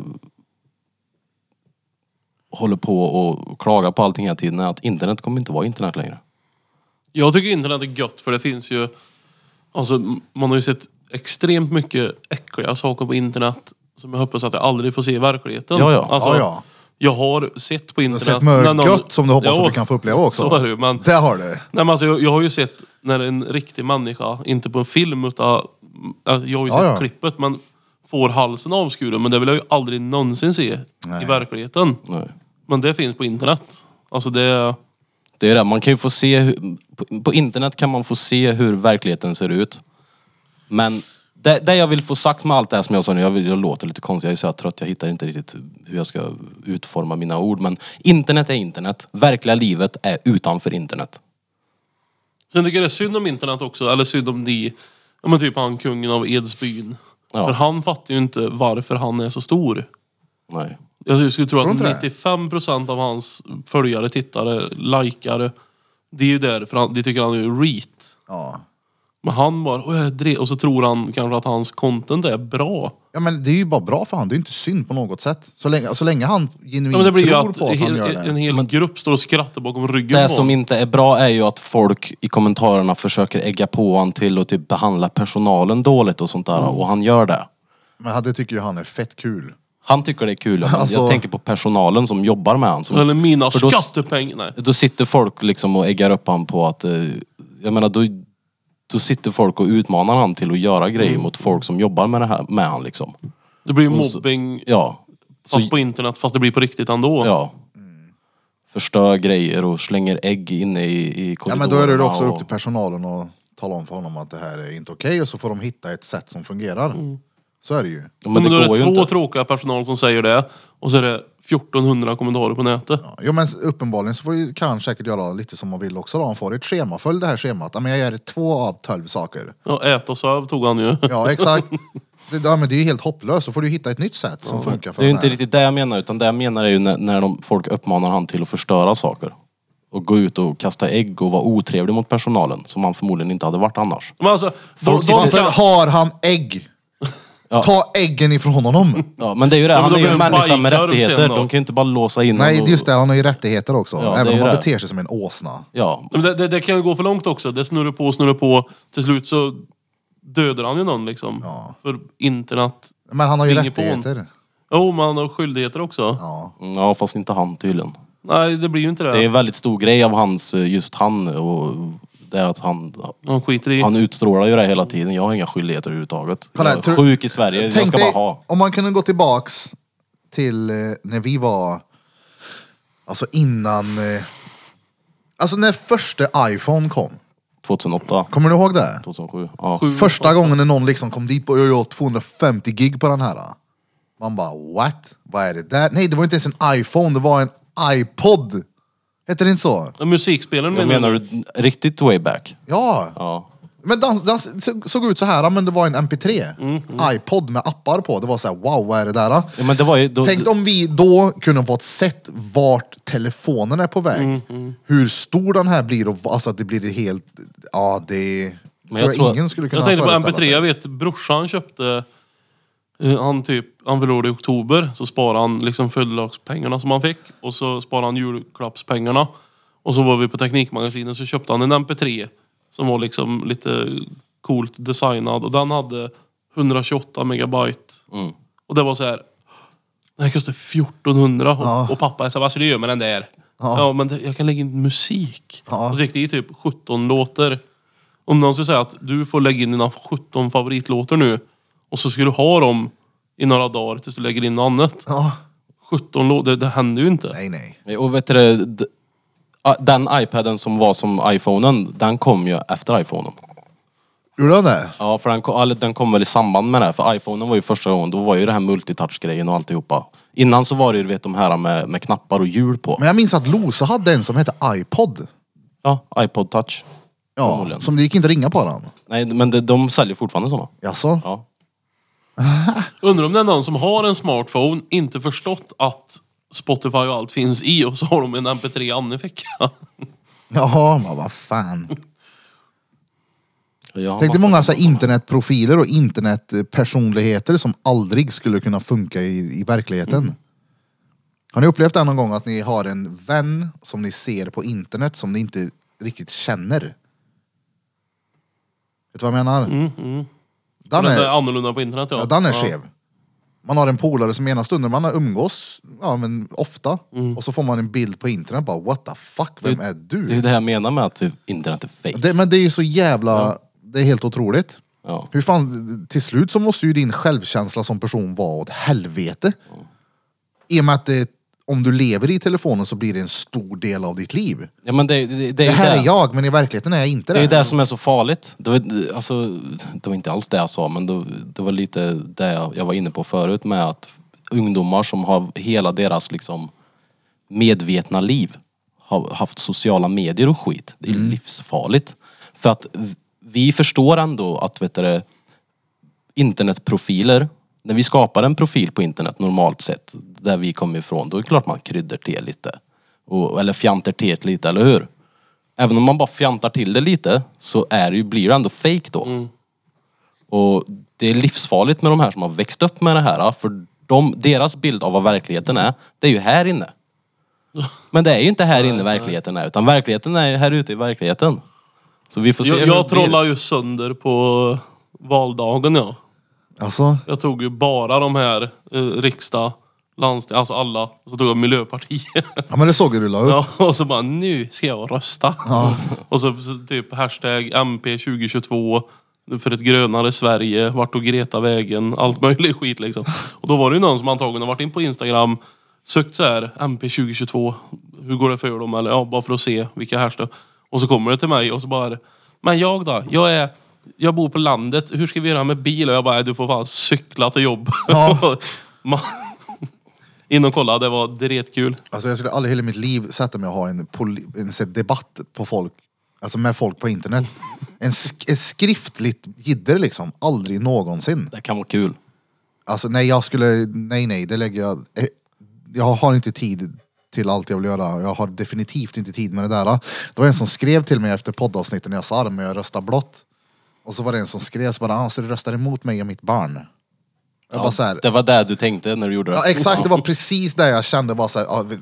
håller på och klagar på allting hela tiden är att internet kommer inte vara internet längre. Jag tycker internet är gött för det finns ju... Alltså man har ju sett extremt mycket äckliga saker på internet som jag hoppas att jag aldrig får se i verkligheten. Ja. Alltså, jag har sett på internet... Du har sett gött som du hoppas att du kan få uppleva också. Så är det, men... Det har du. Nej, men alltså, jag har ju sett när en riktig människa, inte på en film utan... Jag har ju sett klippet, men får halsen avskuren. Men det vill jag ju aldrig någonsin se i verkligheten. Nej. Men det finns på internet. Alltså det... Det är det. Man kan ju få se... På internet kan man få se hur verkligheten ser ut. Men det jag vill få sagt med allt det här som jag sa nu, jag låter lite konstigt, jag är så trött, jag hittar inte riktigt hur jag ska utforma mina ord. Men internet är internet. Verkliga livet är utanför internet. Sen tycker jag det är synd om internet också, eller synd om men typ han kungen av Edsbyn. Ja. För han fattar ju inte varför han är så stor. Nej. Jag skulle tro att 95% av hans följare, tittare, likare, det är ju därför de tycker han är reet. Ja. Men han bara, och så tror han kanske att hans content är bra. Ja, men det är ju bara bra för han. Det är ju inte synd på något sätt. Så länge han genuint men det blir ju tror att på att han gör det. en hel grupp står och skrattar bakom ryggen Det på som honom. inte är bra är ju att folk i kommentarerna försöker ägga på han till att typ behandla personalen dåligt och sånt där. Och han gör det. Men det tycker ju han är fett kul. Han tycker det är kul. Alltså... Jag tänker på personalen som jobbar med han. Eller mina skattepengar. Nej. Då sitter folk liksom och äggar upp han på att... Jag menar, då sitter folk och utmanar han till att göra grejer mot folk som jobbar med det här med han liksom. Det blir mobbing. Fast på internet, fast det blir på riktigt ändå. Ja. Förstör grejer och slänger ägg inne i korridorerna. Ja, men då är det också upp till personalen och tala om för honom att det här är inte okej. Och så får de hitta ett sätt som fungerar. Så är det ju. Ja, men då är det två tråkiga personal som säger det. Och så är det 1400 kommentarer på nätet. Ja, men uppenbarligen så får ju kanske säkert göra lite som man vill också då. Han får ett schema, följ det här schemat. Ja, men jag gör 2 av 12 saker. Ja, ät och söv tog han ju. Ja, exakt. Men det är ju helt hopplöst. Så får du hitta ett nytt sätt som funkar för det är ju inte riktigt det jag menar. Utan det jag menar är ju när folk uppmanar han till att förstöra saker. Och gå ut och kasta ägg och vara otrevlig mot personalen. Som han förmodligen inte hade varit annars. Men alltså, varför har han ägg? Ja. Ta äggen ifrån honom. Ja, men det är ju det. Han är ju en människa med rättigheter. De kan ju inte bara låsa in honom. Nej, just det. Han har ju rättigheter också. Ja, även om han beter sig som en åsna. Ja. Men det kan ju gå för långt också. Det snurrar på. Till slut så dödar han ju någon liksom. Ja. För internet. Men han har ju rättigheter. Jo, men han har skyldigheter också. Ja, fast inte han tydligen. Nej, det blir ju inte det. Det är en väldigt stor grej av hans, just han och... Det är att han skiter i. Han utstrålar ju det hela tiden. Jag har inga skyldigheter överhuvudtaget. Jag är sjuk i Sverige. Jag ska bara ha. Om man kunde gå tillbaks till när vi var... Alltså innan... Alltså när första iPhone kom. 2008. Kommer du ihåg det? 2007. Ja. Första gången när någon liksom kom dit på jag har 250 gig på den här. Man bara, what? Vad är det där? Nej, det var inte ens en iPhone. Det var en iPod. Heter det inte så? Musikspelaren menar du riktigt way back? Ja. Men den såg ut så här, men det var en MP3. iPod med appar på. Det var så här, wow, vad är det där? Ja, men det var ju tänk om vi då kunde fått sett vart telefonen är på väg. Hur stor den här blir och alltså att det blir det helt... Ja, det... Men jag tror ingen skulle kunna föreställa sig. Jag tänkte på MP3, sig. jag vet brorsan köpte... Han förlorade i oktober, så sparade han liksom födelsedagspengarna som han fick. Och så sparade han julklappspengarna. Och så var vi på Teknikmagasinet så köpte han en MP3 som var liksom lite coolt designad. Och den hade 128 megabyte. Och det var så här. Den här kostade 1400 och pappa sa, vad ska du göra med den där? Ja, men jag kan lägga in musik. Och så gick det i typ 17 låtar. Om någon skulle säga att du får lägga in dina 17 favoritlåtar nu. Och så ska du ha dem i några dagar tills du lägger in något annat. 17 låtar, det händer ju inte. Nej. Och vet du, den iPaden som var som iPhonen, den kom ju efter iPhonen. Gjorde den det? Ja, för den kom väl i samband med det. För iPhonen var ju första gången, då var ju det här multitouch-grejen och alltihopa. Innan så var det ju, vet, de här med knappar och hjul på. Men jag minns att Losa hade en som hette iPod. Ja, iPod touch. Ja, som det gick inte ringa på den. Nej, men de säljer fortfarande sådana. Jaså? Ja. Undrar om det är någon som har en smartphone inte förstått att Spotify och allt finns i och så har de en MP3 i andra fickan. Jaha, men vad fan. Jag Tänk dig många så här internetprofiler och internetpersonligheter som aldrig skulle kunna funka i verkligheten. Har ni upplevt det någon gång att ni har en vän som ni ser på internet som ni inte riktigt känner? Vet du vad jag menar? Den är annorlunda på internet, ja, den är skev. Man har en polare som ena stunden man har umgås, ja men ofta. Och så får man en bild på internet bara, what the fuck, vem är du? Det är det jag menar med att internet är fake. Men det är ju så jävla, det är helt otroligt. Ja. Hur fan, till slut så måste ju din självkänsla som person vara åt helvete. I och med att om du lever i telefonen så blir det en stor del av ditt liv. Ja, men det här är jag, men i verkligheten är jag inte det. Det är det som är så farligt. Det var inte alls det jag sa, men det var lite det jag var inne på förut med att ungdomar som har hela deras liksom medvetna liv har haft sociala medier och skit. Det är livsfarligt. För att vi förstår ändå att, vet du, internetprofiler, när vi skapar en profil på internet normalt sett, där vi kommer ifrån, då är det klart man kryddar till lite. Eller fjantar till lite, eller hur? Även om man bara fjantar till det lite, så blir det ändå fake då. Och det är livsfarligt med de här som har växt upp med det här, för deras bild av vad verkligheten är, det är ju här inne. Men det är ju inte här inne verkligheten är, utan verkligheten är ju här ute i verkligheten. Så vi får se. Jag trollar ju sönder på valdagen, ja. Alltså? Jag tog ju bara de här riksdag, landsting, alltså alla. Så tog jag Miljöpartiet. Ja, men det såg du la upp. Ja, och så bara, nu ska jag rösta. Ja. Och så typ hashtag MP 2022 för ett grönare Sverige, vart och Greta vägen, allt möjligt skit liksom. Och då var det ju någon som antagligen har varit in på Instagram, sökt så här, MP 2022, hur går det för dem? Eller ja, bara för att se vilka hashtag. Och så kommer det till mig och så bara, men jag då? Jag bor på landet, hur ska vi göra med bil? Och jag bara, du får fan cykla till jobb. Ja. In och kolla, det var dretkul. Alltså jag skulle aldrig i hela mitt liv sätta mig och ha en debatt på folk, alltså med folk på internet. En skriftligt jidder liksom, aldrig någonsin. Det kan vara kul. Alltså nej, det lägger jag har inte tid till allt jag vill göra. Jag har definitivt inte tid med det där. Det var en som skrev till mig efter poddavsnitten när jag sa men jag röstar blått. Och så var det en som skrev så bara, så du röstar emot mig och mitt barn. Jag bara så här, det var det du tänkte när du gjorde det. Ja, exakt, det var precis det jag kände. Bara så här,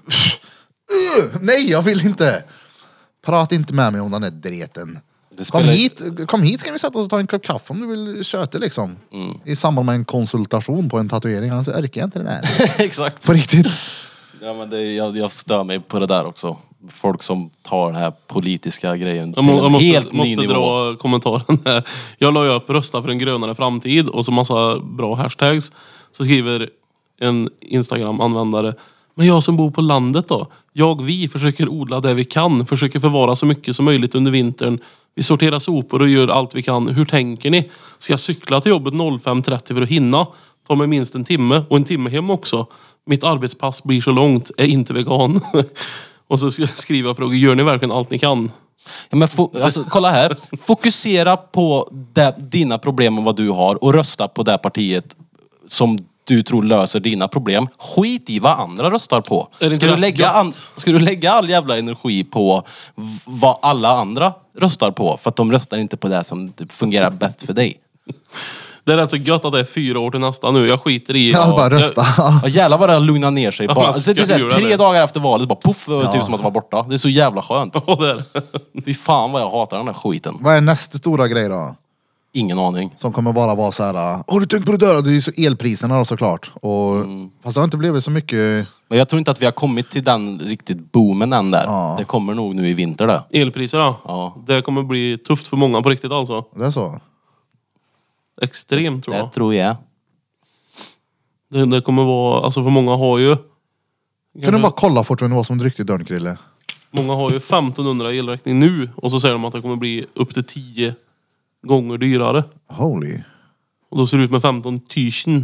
nej, jag vill inte. Prata inte med mig om den här dreten. Kom hit ska vi sätta oss och ta en kopp kaffe om du vill köta liksom. I samband med en konsultation på en tatuering. Alltså orkar jag inte det där. Exakt. På riktigt. Ja, men jag stör mig på det där också. Folk som tar den här politiska grejen till jag helt ny måste nivå. dra kommentaren här. Jag la ju upp rösta för en grönare framtid och så massa bra hashtags. Så skriver en Instagram-användare, men jag som bor på landet då? Vi försöker odla det vi kan. Försöker förvara så mycket som möjligt under vintern. Vi sorterar sopor och gör allt vi kan. Hur tänker ni? Ska jag cykla till jobbet 05.30 för att hinna? Ta mig minst en timme och en timme hem också. Mitt arbetspass blir så långt. Är inte vegan. Och så skriver jag frågor. Gör ni verkligen allt ni kan? Ja, men alltså, kolla här. Fokusera på dina problem och vad du har. Och rösta på det partiet som du tror löser dina problem. Skit i vad andra röstar på. Ska du lägga all jävla energi på vad alla andra röstar på? För att de röstar inte på det som fungerar bäst för dig. Det är rätt så gött att det är 4 år till nästa nu. Jag skiter i... Ja, bara rösta. Ja, jävlar vad det lugnar ner sig. Bara, man ska det är så här, göra 3 det. dagar efter valet, bara puff, typ som att det var borta. Det är så jävla skönt. Ja, det är det. Fy fan vad jag hatar den här skiten. Vad är nästa stora grej då? Ingen aning. Som kommer bara vara så här. Har du tänkt på det där? Det är ju så elpriserna då, såklart. Och, fast det har inte blivit så mycket... Men jag tror inte att vi har kommit till den riktigt boomen än där. Ja. Det kommer nog nu i vinter det. Elpriserna. Ja. Det kommer bli tufft för många på riktigt alltså. Det är så. Extremt tror Det jag. tror jag. Det kommer vara... Alltså för många har ju... Kan du bara kolla fort vem det var som tryckte i dörren, Krille? Många har ju 1500 elräkning nu. Och så säger de att det kommer bli upp till 10 gånger dyrare. Holy. Och då ser det ut med 15 000.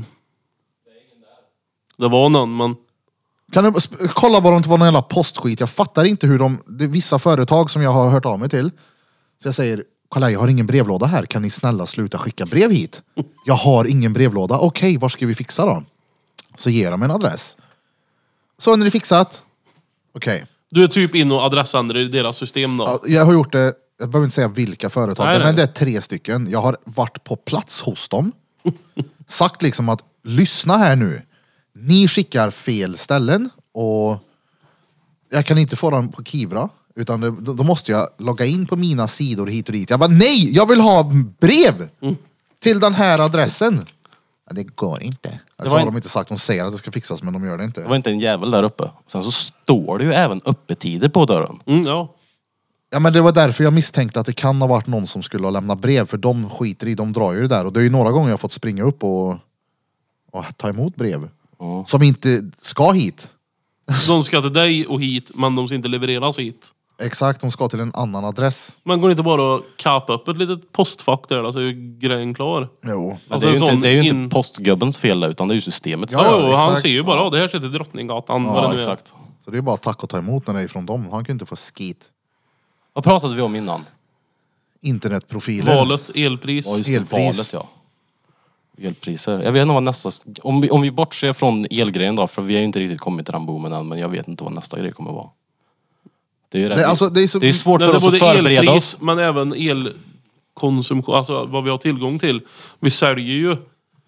Det var någon, men... Kan du kolla bara om det var någon jävla postskit? Jag fattar inte hur det är vissa företag som jag har hört av mig till. Så jag säger, kolla jag har ingen brevlåda här. Kan ni snälla sluta skicka brev hit? Jag har ingen brevlåda. Okej, var ska vi fixa då? Så ger de en adress. Så när det är fixat. Okej. Du är typ in och adressändrar i deras system då. Ja, jag har gjort det, jag behöver inte säga vilka företag, Nej, men nej. det är 3 stycken. Jag har varit på plats hos dem. Sagt liksom att, lyssna här nu. Ni skickar fel ställen och jag kan inte få den på Kivra. Utan då måste jag logga in på mina sidor hit och dit. Jag bara, nej! Jag vill ha brev! Till den här adressen. Ja, det går inte. Så har de inte sagt, de säger att det ska fixas men de gör det inte. Det var inte en jävel där uppe. Sen så står det ju även öppettider på dörren. Ja. Ja, men det var därför jag misstänkte att det kan ha varit någon som skulle ha lämnat brev. För de skiter i, de drar ju det där. Och det är ju några gånger jag har fått springa upp och ta emot brev. Som inte ska hit. De ska till dig och hit, men de ska inte levereras hit. Exakt, de ska till en annan adress. Men går det inte bara att kapa upp ett litet postfack där, så är ju grejen klar. Jo. Men Alltså det är ju, en inte, det är ju sån inte postgubbens fel där, utan det är ju systemets fel. Ja, Ja, han exakt. ser ju bara, det här sätter Drottninggatan, vad det Ja, nu är. exakt. Så det är bara tack och ta emot när det är från dem. Han kan ju inte få skit. Vad pratade vi om innan? Internetprofiler. Valet, elpris. Ja, just det, Elpris. valet ja. Elpriser. Jag vet inte vad nästa... Om vi bortser från elgrejen då, för vi har ju inte riktigt kommit till den boomen än, men jag vet inte vad nästa grej kommer vara. Det är ju rätt, Det är så... det är svårt Det för är oss att både förbereda elpris, oss. men även elkonsumtion, alltså vad vi har tillgång till. Vi säljer ju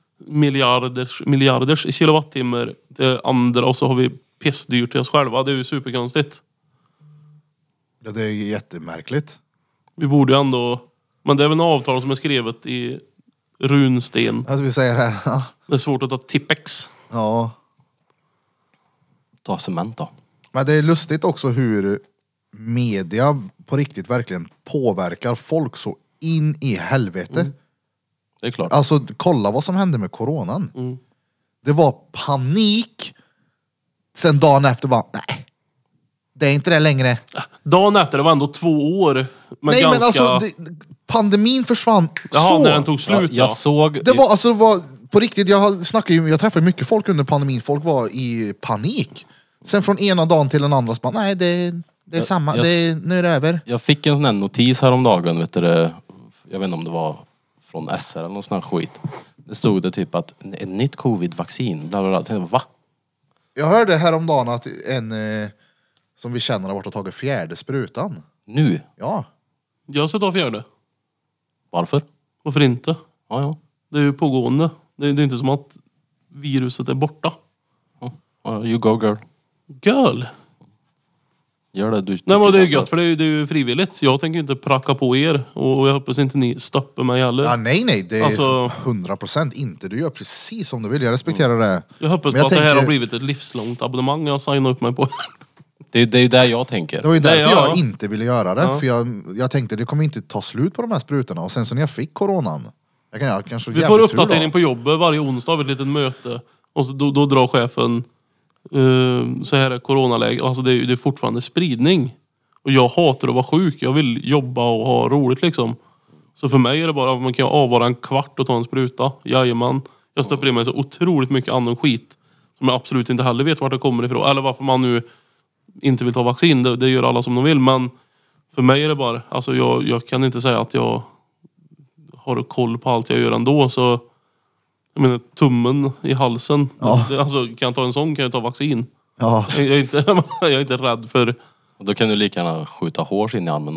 miljarders kilowattimmar till andra och så har vi pissdyrt till oss själva. Det är ju superkonstigt. Ja, det är ju jättemärkligt. Vi borde ju ändå... Men det är väl en avtal som är skrivet i runsten. Alltså vi säger det här. Det är svårt att ta tippex. Ja. Ta cement då. Men det är lustigt också hur media på riktigt verkligen påverkar folk så in i helvete. Det är klart. Alltså kolla vad som hände med coronan. Det var panik. Sen dagen efter bara, nej. Det är inte det längre. Dagen efter, det var ändå 2 år. Men Nej ganska... men alltså, pandemin försvann Jaha, så. när den tog slut Jag såg... Det var, alltså, det var på riktigt, jag träffade mycket folk under pandemin. Folk var i panik. Sen från ena dagen till den andra så bara, nej det är samma, nu är det över. Jag fick en sån här notis häromdagen, vet du, jag vet inte om det var från SR eller någon sån här skit. Det stod det typ att ett nytt covid-vaccin, bla bla bla. Jag tänkte, va? Jag hörde häromdagen att en som vi känner har varit och tagit 4:e sprutan. Nu? Ja. Jag ska ta 4:e. Varför? Varför inte? Ja, ja. Det är ju pågående. Det är inte som att viruset är borta. Ja, you go girl. Girl! Gör det du. Nej men det är ju gött för det är ju frivilligt. Jag tänker inte pracka på er och jag hoppas inte ni stoppar mig heller. Ja, nej, det är Alltså- 100% inte. Du gör precis som du vill, jag respekterar det. Jag hoppas Men på att det här har tänker- blivit ett livslångt abonnemang jag signar upp mig på. Det är ju där jag tänker. Det var ju därför Nej, ja. jag inte ville göra det. Ja. För jag tänkte det kommer inte ta slut på de här sprutorna. Och sen så när jag fick coronan. Jag kanske Vi får uppdatering på jobbet varje onsdag av ett litet möte. Och så då drar chefen så här är coronaläge. Alltså det är fortfarande spridning. Och jag hatar att vara sjuk. Jag vill jobba och ha roligt liksom. Så för mig är det bara att man kan avvara en kvart och ta en spruta. Jajamän. Jag stoppar i mig så otroligt mycket annan skit. Som jag absolut inte heller vet vart det kommer ifrån. Eller varför man nu inte vill ta vaccin. Det gör alla som de vill. Men för mig är det bara... Alltså jag kan inte säga att jag har koll på allt jag gör ändå. Så jag menar tummen i halsen. Ja. Alltså kan jag ta en sån kan jag ta vaccin. Ja. Jag är inte rädd för... Och då kan du lika gärna skjuta hårs in i armen då.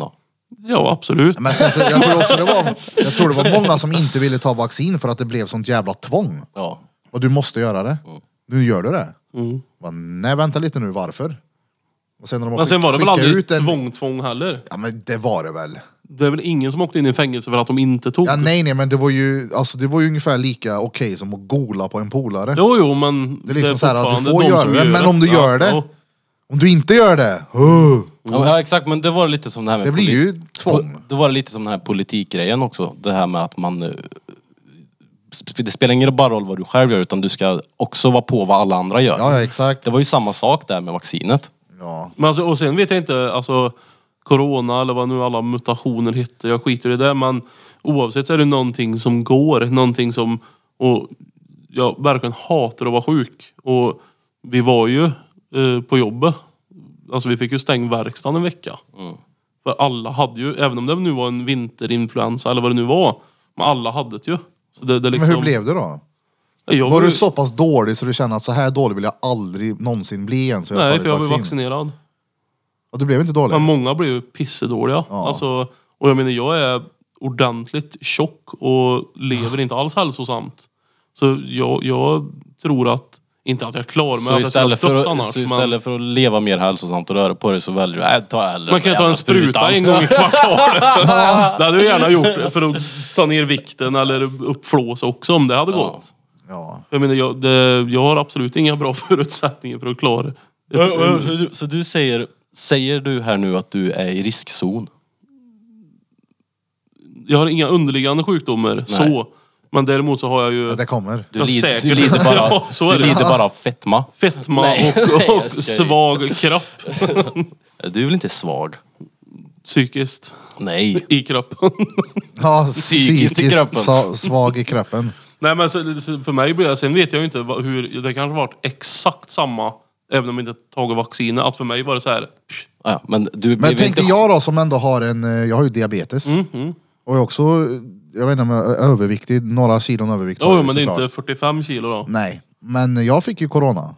Ja, absolut. Men sen så, jag tror det var många som inte ville ta vaccin för att det blev sånt jävla tvång. Ja. Och du måste göra det. Nu gör du det. Mm. Nej, vänta lite nu, varför? Och sen, när de Men sen var det väl skickar aldrig tvång heller? Ja, men det var det väl. Det är väl ingen som åkte in i fängelse för att de inte tog? Ja, nej, men det var ju ungefär lika okej som att gola på en polare. Jo, men det är liksom så här att du fortfarande får de som göra det, men om du gör det, ja. om du inte gör det, Ja, exakt, men det var lite som det här med det blir ju tvång. Det var lite som den här politikgrejen också. Det här med att man... Det spelar ingen bara roll vad du själv gör, utan du ska också vara på vad alla andra gör. Ja, exakt. Det var ju samma sak där med vaccinet. Ja. Men alltså, och sen vet jag inte, alltså corona eller vad nu alla mutationer heter, jag skiter i det, men oavsett så är det någonting som går, någonting som, och jag verkligen hatar att vara sjuk. Och vi var ju på jobbet, alltså vi fick ju stänga verkstaden en vecka. För alla hade ju, även om det nu var en vinterinfluensa eller vad det nu var, men alla hade det ju. Så det liksom... Men hur blev det då? Var du så pass dålig så du känner att så här dålig vill jag aldrig någonsin bli igen? Så Nej, för jag var vaccinerad. Och du blev inte dålig? Men många blev ju pissedåliga. Ja. Alltså, och jag menar, jag är ordentligt tjock och lever inte alls hälsosamt. Så jag tror att, inte att jag klarar mig, Så att jag ska dött annars. Så istället för att leva mer hälsosamt och röra på dig så väljer du, ta hellre. Man kan ju ta en spruta en gång i kvartalet. Det hade jag gärna gjort för att ta ner vikten eller uppflåsa också om det hade gått. Ja. Jag menar, jag har absolut inga bra förutsättningar för att klara det. Så du säger du här nu att du är i riskzon? Jag har inga underliggande sjukdomar, så. Men däremot så har jag ju... Det kommer. Du lider bara av fetma. Fetma och svag kropp. Du är väl inte svag? Psykiskt. Nej. I kroppen. Ja, Psykiskt i kroppen. Svag i kroppen. Nej, men så för mig blir det... Sen vet jag ju inte hur... Det kanske varit exakt samma, även om jag inte tagit vaccinet. Att för mig var det så här... Ja, men tänkte jag då som ändå har jag har ju diabetes. Och jag är också, jag vet inte om jag är överviktig, några kilon övervikt. Jo, men det är inte 45 kilo då. Nej, men jag fick ju corona.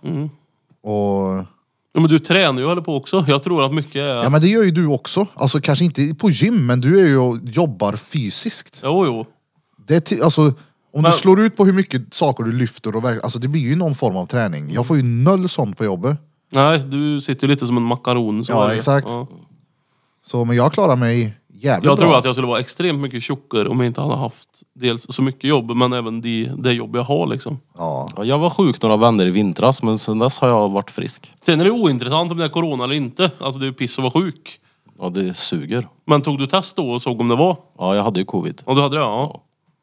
Och... Ja, men du tränar ju, eller på också. Jag tror att mycket är... Ja, men det gör ju du också. Alltså kanske inte på gym, men du är ju och jobbar fysiskt. Jo. Det är alltså, om du slår ut på hur mycket saker du lyfter och alltså det blir ju någon form av träning. Jag får ju 0 sånt på jobbet. Nej, du sitter ju lite som en makaron. Ja, exakt. Ja. Så, men jag klarar mig jävligt Jag tror bra. att jag skulle vara extremt mycket tjockare om jag inte hade haft dels så mycket jobb, men även det jobb jag har liksom. Ja. Jag var sjuk några vänner i vintras, men sen dess har jag varit frisk. Sen är det ointressant om det är corona eller inte. Alltså det är piss att vara sjuk. Ja, det suger. Men tog du test då och såg om det var? Ja, jag hade ju covid. Och du hade det, ja.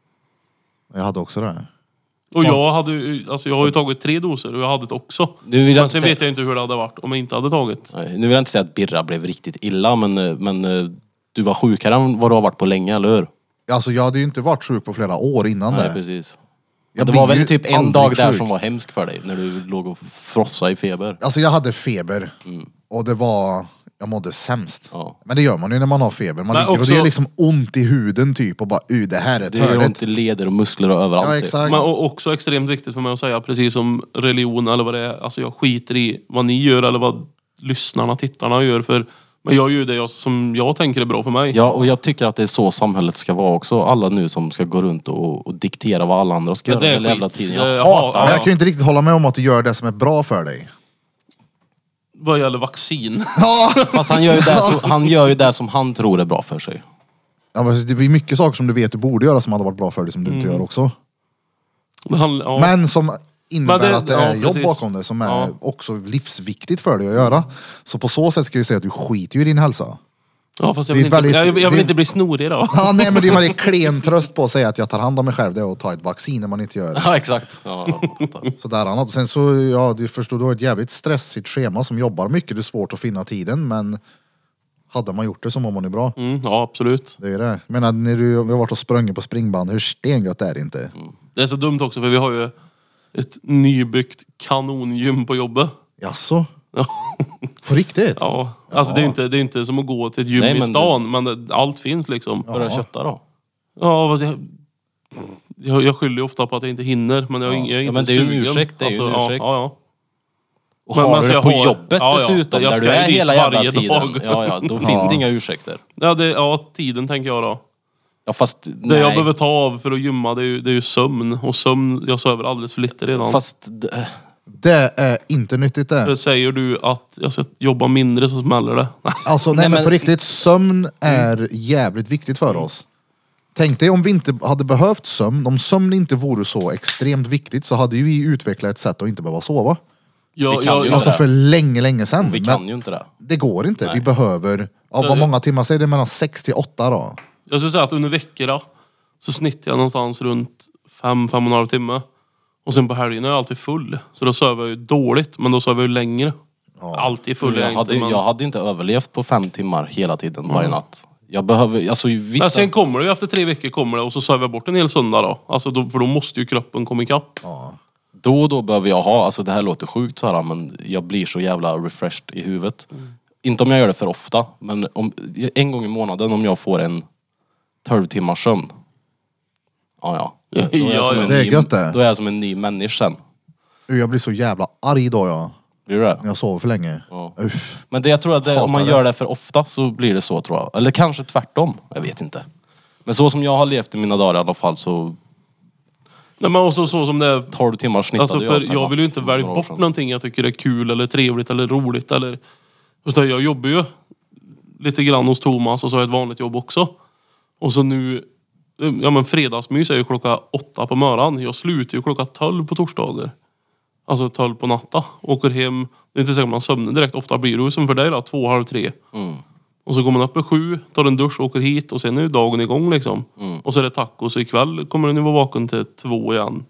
Jag hade också det. Och jag har ju tagit 3 doser och jag hade det också. Men sen vet jag inte hur det hade varit om jag inte hade tagit. Nej, nu vill jag inte säga att Birra blev riktigt illa, men du var sjukare än vad du har varit på länge, eller hur? Alltså jag hade ju inte varit sjuk på flera år innan det. Nej, precis. Jag det var blir väl ju typ en aldrig dag där sjuk. som var hemsk för dig, när du låg och frossade i feber. Alltså jag hade feber. Och det var... Jag mådde sämst. Ja. Men det gör man ju när man har feber. Man Men ligger och också- det är liksom ont i huden typ och bara det här är Det är törligt. ont i leder och muskler och överallt. Ja, typ. exakt. Men också extremt viktigt för mig att säga, precis som religion eller vad det är. Alltså jag skiter i vad ni gör eller vad lyssnarna, tittarna gör. Men jag gör det som jag tänker är bra för mig. Ja, och jag tycker att det är så samhället ska vara också. Alla nu som ska gå runt och diktera vad alla andra ska Ja, göra det är hela jävla skit. tiden. Det- Jag jag hatar hatar- Men det. jag kan ju inte riktigt hålla med om att du gör det som är bra för dig. Vad gäller vaccin. Fast han gör ju det som han tror är bra för sig. Ja, men det är mycket saker som du vet du borde göra som hade varit bra för dig som du inte gör också. Men som innebär Men det- att det är ja, jobb precis. bakom det som är Ja. också livsviktigt för dig att göra. Så på så sätt ska jag säga att du skiter ju i din hälsa. Ja, fast jag Det är vill, inte, väldigt- jag vill det- inte bli snorig då. Ja, nej, men det är väldigt klen tröst på att säga att jag tar hand om mig själv. Det är att ta ett vaccin när man inte gör det. Ja, exakt. Ja, Sådär annat. Och sen så, ja, du förstår, du har ett jävligt stressigt schema som jobbar mycket. Det är svårt att finna tiden, men hade man gjort det så mår man ju bra. Ja, absolut. Det är det. Jag menar, när vi har varit och sprungit på springband, hur stengött är det inte? Det är så dumt också för vi har ju ett nybyggt kanongym på jobbet. Jaså? Ja. På riktigt? Ja, alltså det är inte som att gå till ett gym Nej, i men stan, men allt finns liksom. Börja kötta då. Ja, fast jag skyller ju ofta på att jag inte hinner, men jag är inte Ja, men det är ju en sugen. ursäkt, det är ju en ursäkt. Ja. Och har du det på jobbet dessutom, jag där ska du är dit hela jävla varje tiden. dag. Ja, då finns det inga ursäkter. Ja, tiden tänker jag då. Ja, fast Det jag behöver ta av för att gymma, det är ju sömn. Och sömn, jag sover alldeles för lite redan. Fast... Det är inte nyttigt det. För säger du att jag ska jobba mindre så smäller det. Alltså nej men på riktigt, sömn är jävligt viktigt för oss. Tänk dig om vi inte hade behövt sömn, om sömn inte vore så extremt viktigt så hade ju vi utvecklat ett sätt att inte behöva sova. Alltså för länge sedan. Vi kan ju inte det. Det går inte, Nej. vi behöver, vad många timmar säger det, mellan 6 till 8 då? Jag skulle säga att under veckorna så snittar jag någonstans runt 5,5 timme. Och sen på helgen är jag alltid full. Så då sover jag ju dåligt, men då sover jag ju längre. Alltid full jag hade inte överlevt på 5 timmar hela tiden varje natt. Jag behöver, alltså vissa... Men sen kommer det ju efter 3 veckor kommer det och så sover jag bort en hel söndag då. Alltså för då måste ju kroppen komma ikapp. Då och då behöver jag ha, alltså det här låter sjukt så här, men jag blir så jävla refreshed i huvudet. Inte om jag gör det för ofta, men en gång i månaden om jag får en 12 timmars sömn. Då är jag som en ny människa sen. Jag blir så jävla arg då jag. Blir du det? När jag sover för länge. Ja. Men det jag tror att om man gör det för ofta så blir det så tror jag. Eller kanske tvärtom, jag vet inte. Men så som jag har levt i mina dagar i alla fall så... Nej, men också så som det är... 12 timmar snittade alltså för jag vill ju inte välja bort någonting jag tycker är kul eller trevligt eller roligt eller... Utan jag jobbar ju lite grann hos Thomas och så har jag ett vanligt jobb också. Och så nu... Ja men fredagsmys är ju 8 på morgonen. Jag slutar ju 12 på torsdagar. Alltså 12 på natta. Åker hem. Det är inte säkert man sömnar direkt. Ofta blir det ju som för dig då, 2, halv 3. Och så går man upp 7, tar en dusch, åker hit och sen är ju dagen igång liksom. Och så är det tacos och ikväll kommer den ju vara vaken till 2 igen.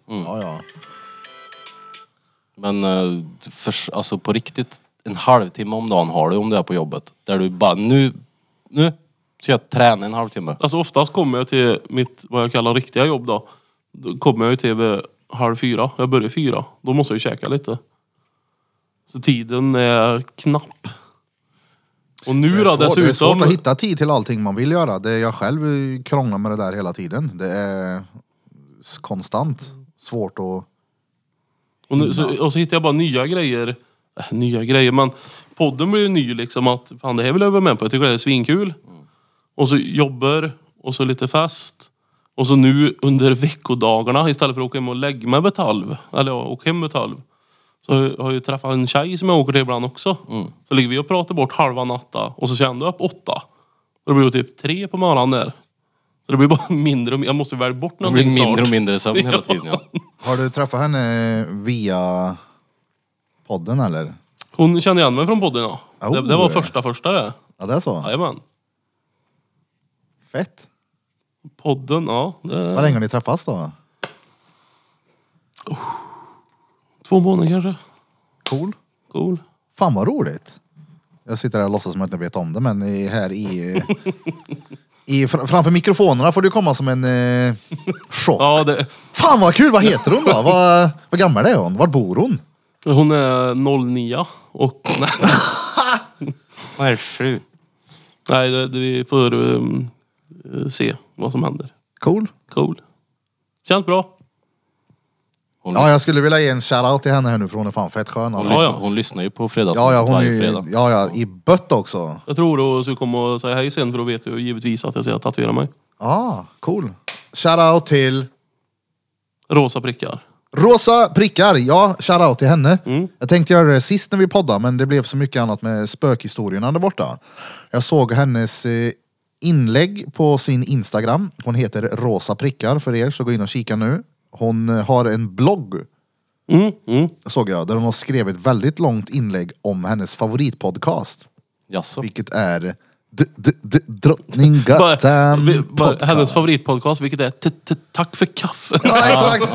Men alltså på riktigt, en halvtimme om dagen har du om du är på jobbet. Där du bara, nu ska jag träna en halvtimme. Alltså oftast kommer jag till mitt, vad jag kallar riktiga jobb då. Då kommer jag ju till vid 3:30. Jag börjar 4. Då måste jag ju käka lite. Så tiden är knapp. Och nu då dessutom... Det är svårt att hitta tid till allting man vill göra. Det är jag själv krånglar med det där hela tiden. Det är konstant svårt att... Och så hittar jag bara nya grejer. Men podden blir ju ny liksom att fan det här vill jag vara med på. Jag tycker det är svinkul. Och så jobbar och så lite fest. Och så nu under veckodagarna istället för att åka hem och lägga mig vid 12. Eller åka hem vid 12. Så har jag ju träffat en tjej som jag åker till ibland också. Så ligger vi och pratar bort halva natta. Och så kände jag upp 8. Och det blir typ 3 på morgonen där. Så det blir bara mindre och jag måste välja bort någonting snart. Det blir mindre och mindre sömn hela tiden, ja. Har du träffat henne via podden eller? Hon kände igen mig från podden, ja. Det var första det. Ja, det är så? Jajamän. Fett. Podden, ja. Vad länge har ni träffats då? 2 månader kanske. Cool. Fan vad roligt. Jag sitter här och låtsas som att jag inte vet om det, men här framför mikrofonerna får du komma som en chock. Ja, Fan vad kul, vad heter hon då? Vad gammal är hon? Var bor hon? Hon är 09 och... Vad är 7? Nej, vi får se vad som händer. Cool. Känns bra. Jag skulle vilja ge en shoutout till henne här nu för hon är fan fett skön. Alltså. Hon lyssnar ju på fredags. Ja, i bött också. Jag tror då så kommer och säga hej sen för då vet jag givetvis att jag ska tatuera mig. Cool. Shoutout till... Rosa prickar. Rosa prickar, ja, shoutout till henne. Jag tänkte göra det sist när vi poddade, men det blev så mycket annat med spökhistorierna där borta. Jag såg hennes inlägg på sin Instagram. Hon heter Rosa prickar för er, så gå in och kika nu. Hon har en blogg. Såg jag, där hon har skrivit ett väldigt långt inlägg om hennes favoritpodcast. Jaså? Vilket är Drottninggatan podcast. Hennes favoritpodcast, vilket är Tack för kaffe. Ja, exakt.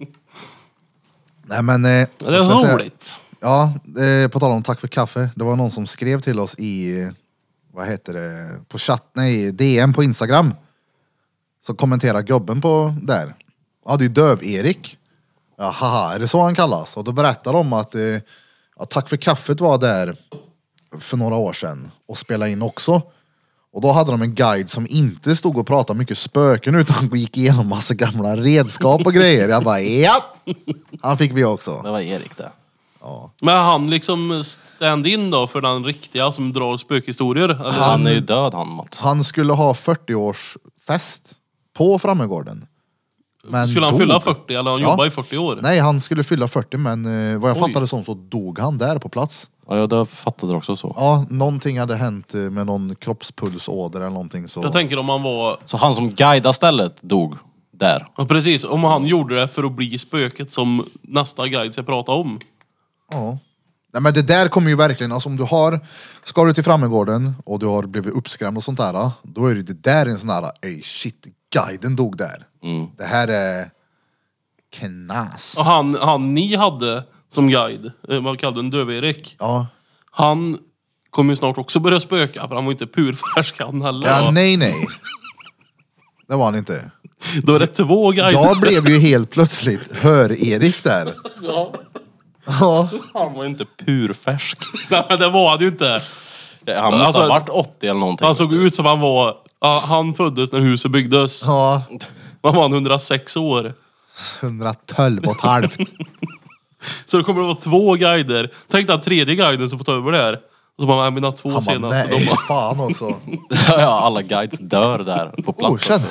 Nej men... det är roligt. Ja, på tal om Tack för kaffe. Det var någon som skrev till oss i... Vad heter det? På chatt, nej, DM på Instagram. Så kommenterar gubben på där. Ja, det är Döv-Erik. Jaha, är det så han kallas? Och då berättar de att Tack för kaffet var där för några år sedan och spelade in också. Och då hade de en guide som inte stod och pratade mycket spöken utan gick igenom massa gamla redskap och grejer. Jag bara, ja! Han fick vi också. Det var Erik det. Ja. Men han liksom stand-in då för den riktiga som drar spökhistorier? Eller? Han är ju död han, Mats. Han skulle ha 40-årsfest på Frammegården. Men Skulle han dog. fylla 40 eller han jobbar i 40 år? Nej, han skulle fylla 40 men vad jag Oj. fattade som så dog han där på plats. Ja, jag fattade också så. Ja, någonting hade hänt med någon kroppspulsåder eller någonting så. Jag tänker om han var... Så han som guidade stället dog där. Ja, precis, om han gjorde det för att bli spöket som nästa guide ska prata om. Ja. Nej, men det där kommer ju verkligen, alltså om du ska du till Frammegården och du har blivit uppskrämd och sånt där, då är det där en sån här, ey shit, guiden dog där. Det här är knas. Och han ni hade som guide, vad kallade den, Döv-Erik? Ja. Han kommer ju snart också börja spöka, för han var inte purfärsk han heller. Ja, nej. Det var han inte. Då är det 2 guider. Jag blev ju helt plötsligt Hör-Erik där. Ja. Ja. Han var ju inte purfärsk. Nej, men det var han ju inte. Han måste Alltså, ha varit 80 eller någonting. Han såg ut som han var... Ja, han föddes när huset byggdes. Ja. Man var 106 år. 112 och ett halvt. Så det kommer att vara 2 guider. Tänk den 3:e guiden som får ta över det här. Och så bara, mina 2 Han bara, senaste. nej, De bara, fan också. Ja, alla guides dör där på plats. Oh, shit.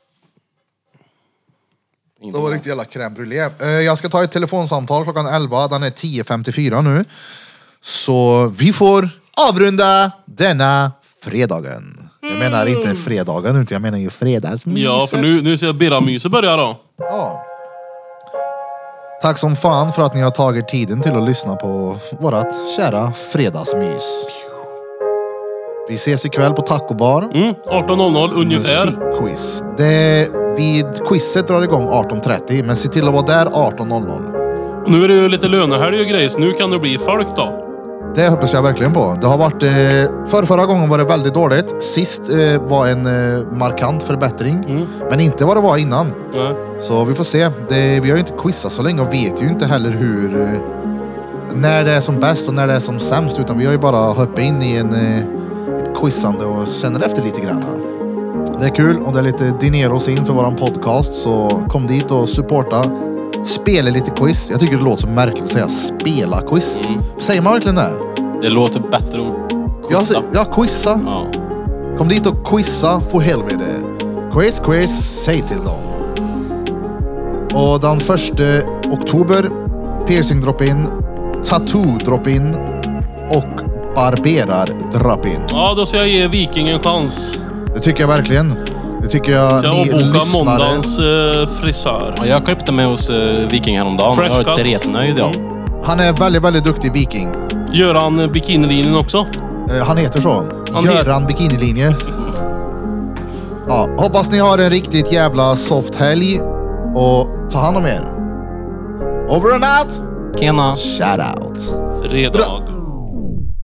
Det var riktigt jävla crème brûlée. Jag ska ta ett telefonsamtal klockan 11. Den är 10:54 nu. Så vi får avrunda denna fredagen. Jag menar inte fredagen, utan jag menar ju fredagsmyset. ja, för nu ser jag Birra-myset börja då. Ja. Tack som fan för att ni har tagit tiden till att lyssna på vårat kära fredagsmys. Vi ses ikväll på Taco Bar. 18:00 ungefär. Musikquiz. Quizet drar igång 18:30, men se till att vara där 18:00. Nu är det ju lite lönehelg och grejer, så nu kan det bli folk då. Det hoppas jag verkligen på. Det har varit... förra gången var det väldigt dåligt. Sist var en markant förbättring. Men inte vad det var innan. Nej. Så vi får se. Vi har ju inte quizat så länge och vet ju inte heller hur... när det är som bäst och när det är som sämst. Utan vi har ju bara hoppat in i ett quizande och känner efter lite grann. Det är kul och det är lite dineros in för våran podcast. Så kom dit och supporta. Spela lite quiz. Jag tycker det låter så märkligt att säga spela quiz. Säger man verkligen det? Det låter bättre att quizza. Ja, quizza. Ja. Kom dit och quizza för helvete. Quiz, säg till dem. Och den 1 oktober, piercing drop-in, tattoo drop-in och barberar drop-in. Ja, då ska jag ge Viking en chans. Det tycker jag verkligen. Det tycker jag Så jag ni avbokar lyssnare. måndagens frisör. Ja, jag klippte mig hos Viking häromdagen. Fresh Jag är cut. retnöjd, ja. Han är väldigt, väldigt duktig Viking. Gör han bikinilinjen också? Han heter så. Göran Bikinilinje. Ja, hoppas ni har en riktigt jävla soft helg. Och ta hand om er. Over and out. Tjena. Shout out. Fredag.